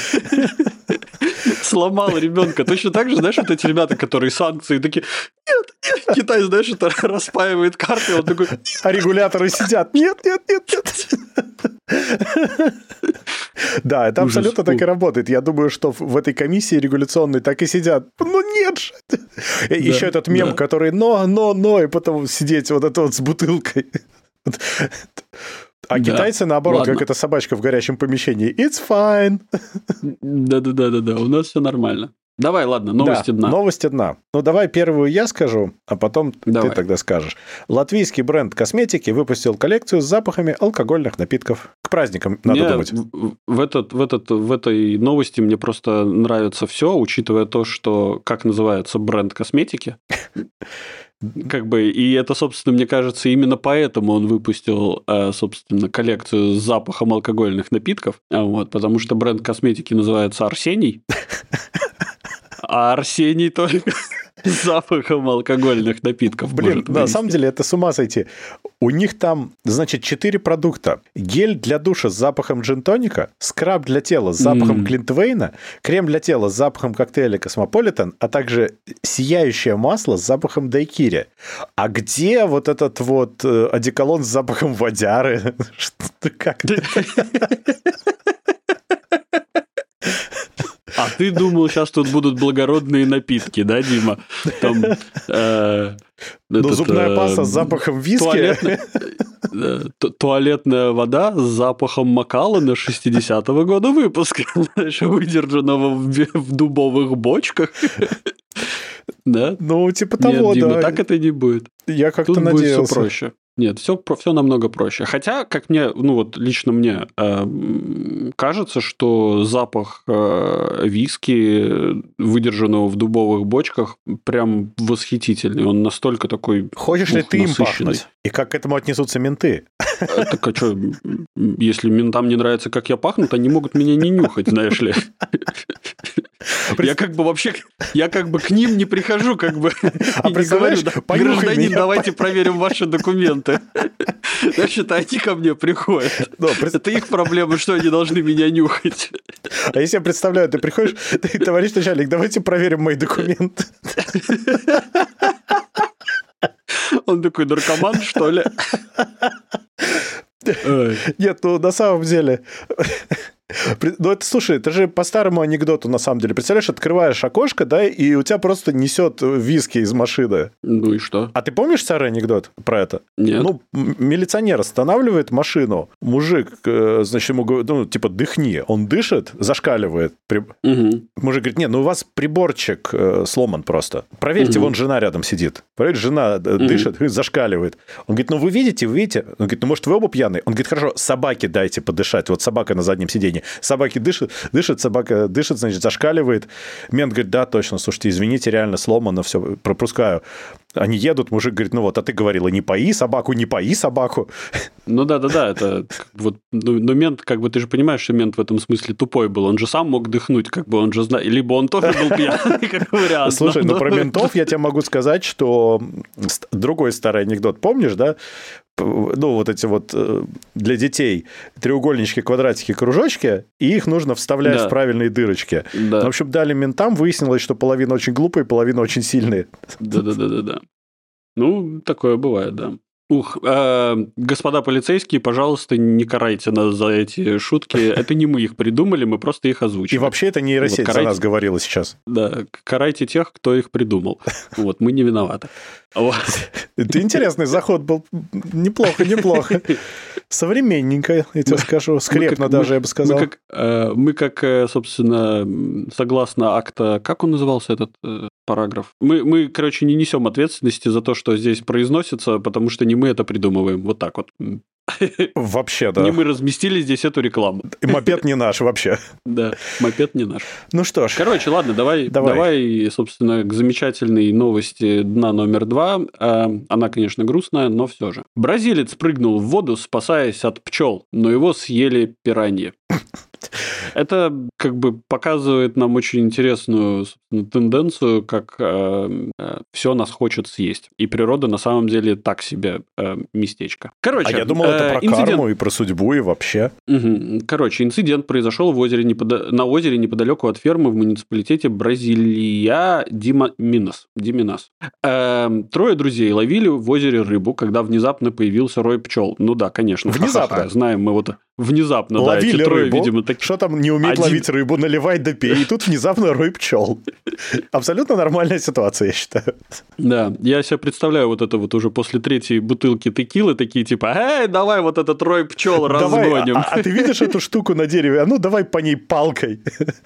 Сломал ребенка. Точно так же, знаешь, вот эти ребята, которые санкции, такие, нет. Китай, знаешь, это распаивает карты, он такой... А регуляторы сидят, нет. Да, это абсолютно так и работает. Я думаю, что в этой комиссии регуляционной так и сидят. Нет же. Еще этот мем, который но, и потом сидеть вот это вот с бутылкой. А китайцы, наоборот, как эта собачка в горячем помещении. It's fine. Да, у нас все нормально. Давай, ладно, новости дна. Новости дна. Давай первую я скажу, а потом ты тогда скажешь. Латвийский бренд косметики выпустил коллекцию с запахами алкогольных напитков. К праздникам, надо думать. В этой новости мне просто нравится все, учитывая то, что как называется бренд косметики. И это, собственно, мне кажется, именно поэтому он выпустил, собственно, коллекцию с запахом алкогольных напитков, потому что бренд косметики называется Арсений, а Арсений только с запахом алкогольных напитков. Блин, на самом деле это с ума сойти. У них там, значит, 4 продукта. Гель для душа с запахом джин-тоника, скраб для тела с запахом Глинтвейна, крем для тела с запахом коктейля Космополитен, а также сияющее масло с запахом дайкири. А где вот этот вот одеколон с запахом водяры? Как? Ты думал, сейчас тут будут благородные напитки, да, Дима? Там... зубная паста с запахом виски. Туалетная вода с запахом Макаллана 60-го года выпуска, выдержанного в дубовых бочках. Да? Ну, типа того, Нет, Дима, да. так это не будет. Я как-то Тут надеялся. будет все проще. Нет, все намного проще. Хотя, как мне, лично мне кажется, что запах виски, выдержанного в дубовых бочках, прям восхитительный. Он настолько такой Хочешь ли ты им насыщенный. пахнуть? И как к этому отнесутся менты? Так а что, если ментам не нравится, как я пахну, то они могут меня не нюхать, знаешь ли. Я как бы к ним не прихожу, как бы. А представляешь, гражданин, давайте проверим ваши документы. Значит, они ко мне приходят. Это их проблема, что они должны меня нюхать. А если я представляю, ты приходишь, товарищ начальник, давайте проверим мои документы. Он такой, наркоман, что ли? Нет, на самом деле... слушай, это же по старому анекдоту, на самом деле. Представляешь, открываешь окошко, да, и у тебя просто несет виски из машины. Ну и что? А ты помнишь старый анекдот про это? Нет. Милиционер останавливает машину, мужик, значит, ему говорит, типа, дыхни. Он дышит, зашкаливает. Мужик говорит, нет, у вас приборчик сломан просто. Проверьте, вон жена рядом сидит. Проверьте, жена дышит, зашкаливает. Он говорит, вы видите? Он говорит, может, вы оба пьяные? Он говорит, хорошо, собаке дайте подышать. Вот собака на заднем сиденье. Собаки дышат, собака дышит, значит, зашкаливает. Мент говорит, да, точно, слушайте, извините, реально сломано, все, пропускаю. Они едут, мужик говорит, а ты говорила, не пои собаку. Ну да, это вот, но мент, как бы, ты же понимаешь, что мент в этом смысле тупой был, он же сам мог дыхнуть, как бы, он же знает, либо он тоже был пьяный, как вариант. Слушай, про ментов я тебе могу сказать, что другой старый анекдот, помнишь, да? Вот эти вот для детей треугольнички, квадратики, кружочки, и их нужно вставлять в правильные дырочки. Да. В общем, дали ментам, выяснилось, что половина очень глупые, половина очень сильные. Да. Ну, такое бывает, да. Господа полицейские, пожалуйста, не карайте нас за эти шутки. Это не мы их придумали, мы просто их озвучили. И вообще это нейросеть за нас говорила сейчас. Да, карайте тех, кто их придумал. Вот, мы не виноваты. Это интересный заход был. Неплохо. Современненько, я тебе скажу. Скрепно даже, я бы сказал. Мы как, собственно, согласно акта... Как он назывался, этот параграф? Мы, короче, не несем ответственности за то, что здесь произносится, потому что не мы это придумываем. Вот так вот. Вообще, да. Не мы разместили здесь эту рекламу. И мопед не наш вообще. Да, мопед не наш. Ну что ж. Короче, ладно, давай, собственно, к замечательной новости дна номер 2. Она, конечно, грустная, но все же. Бразилец прыгнул в воду, спасаясь от пчел, но его съели пираньи. Это как бы показывает нам очень интересную тенденцию, как все нас хочет съесть. И природа на самом деле так себе местечко. Короче, я думал, это про карму и про судьбу и вообще. Короче, инцидент произошел на озере неподалеку от фермы в муниципалитете Бразилия Диминас. Трое друзей ловили в озере рыбу, когда внезапно появился рой пчел. Ну да, конечно. Внезапно. Знаем мы вот внезапно. Ловили да, эти трое, рыбу. Видимо, так... Что там не умеет ловить рыбу, наливай да пей. И тут внезапно рой пчел. Абсолютно нормальная ситуация, я считаю. Да, я себе представляю вот это вот уже после третьей бутылки текилы, такие типа, эй, давай вот этот рой пчел разгоним. А ты видишь эту штуку на дереве? А ну давай по ней палкой.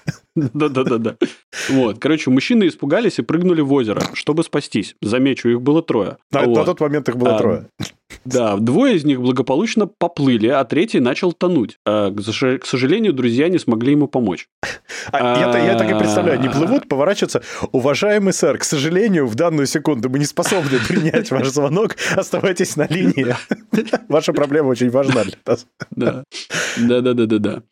Да. Вот, короче, мужчины испугались и прыгнули в озеро, чтобы спастись. Замечу, их было трое. На тот момент их было трое. Да, двое из них благополучно поплыли, а третий начал тонуть. К сожалению, друзья не смогли ему помочь. Я так и представляю, они плывут, поворачиваются. Уважаемый сэр, к сожалению, в данную секунду мы не способны принять ваш звонок. Оставайтесь на линии. Ваша проблема очень важна для нас. Да.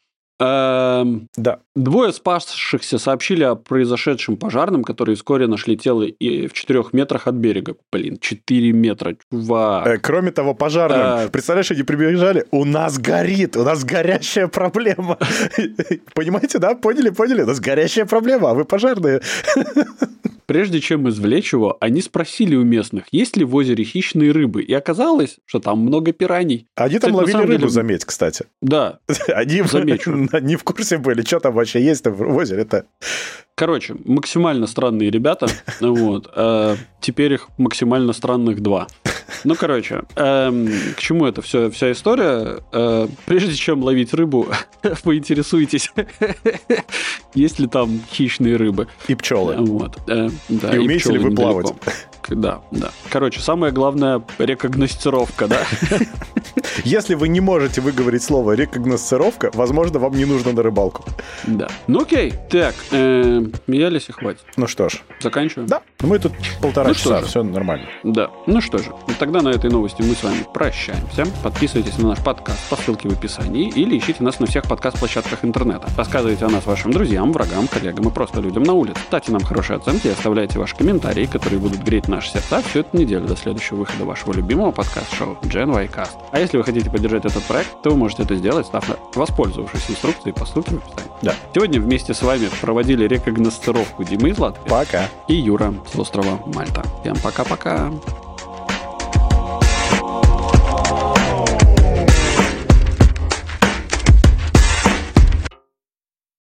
Да. Двое спасшихся сообщили о произошедшем пожарном, которые вскоре нашли тело в 4 метрах от берега. 4 метра, чувак. Кроме того, пожарным, представляешь, они прибежали, у нас горит, у нас горящая проблема. Понимаете, да? Поняли? У нас горящая проблема, а вы пожарные. прежде чем извлечь его, они спросили у местных, есть ли в озере хищные рыбы. И оказалось, что там много пираний. Они там ловили рыбу, заметь, кстати. Да, замечу. Не в курсе были, что там вообще есть в озере-то. Короче, максимально странные ребята. Вот. Теперь их максимально странных 2. Ну, короче, к чему это вся история? Прежде чем ловить рыбу, поинтересуйтесь, есть ли там хищные рыбы. И пчелы. Вот. Да, и умеете ли вы плавать? Да. Короче, самое главное — рекогносцировка, да? Если вы не можете выговорить слово рекогносцировка, возможно, вам не нужно на рыбалку. Да. Ну окей. Так, смеялись и хватит. Ну что ж. Заканчиваем? Да. Мы тут 1,5 часа, все нормально. Да. Ну что же, тогда на этой новости мы с вами прощаемся. Подписывайтесь на наш подкаст по ссылке в описании или ищите нас на всех подкаст-площадках интернета. Рассказывайте о нас вашим друзьям, врагам, коллегам и просто людям на улице. Ставьте нам хорошие оценки и оставляйте ваши комментарии, которые будут греть наши сердца всю эту неделю до следующего выхода вашего любимого подкаст-шоу Gen Y Cast. А если вы хотите поддержать этот проект, то вы можете это сделать, воспользовавшись инструкцией по ссылке в описании. Да. Сегодня вместе с вами проводили рекогносцировку Дима из Латвии. Пока. И Юра с острова Мальта. Всем пока-пока.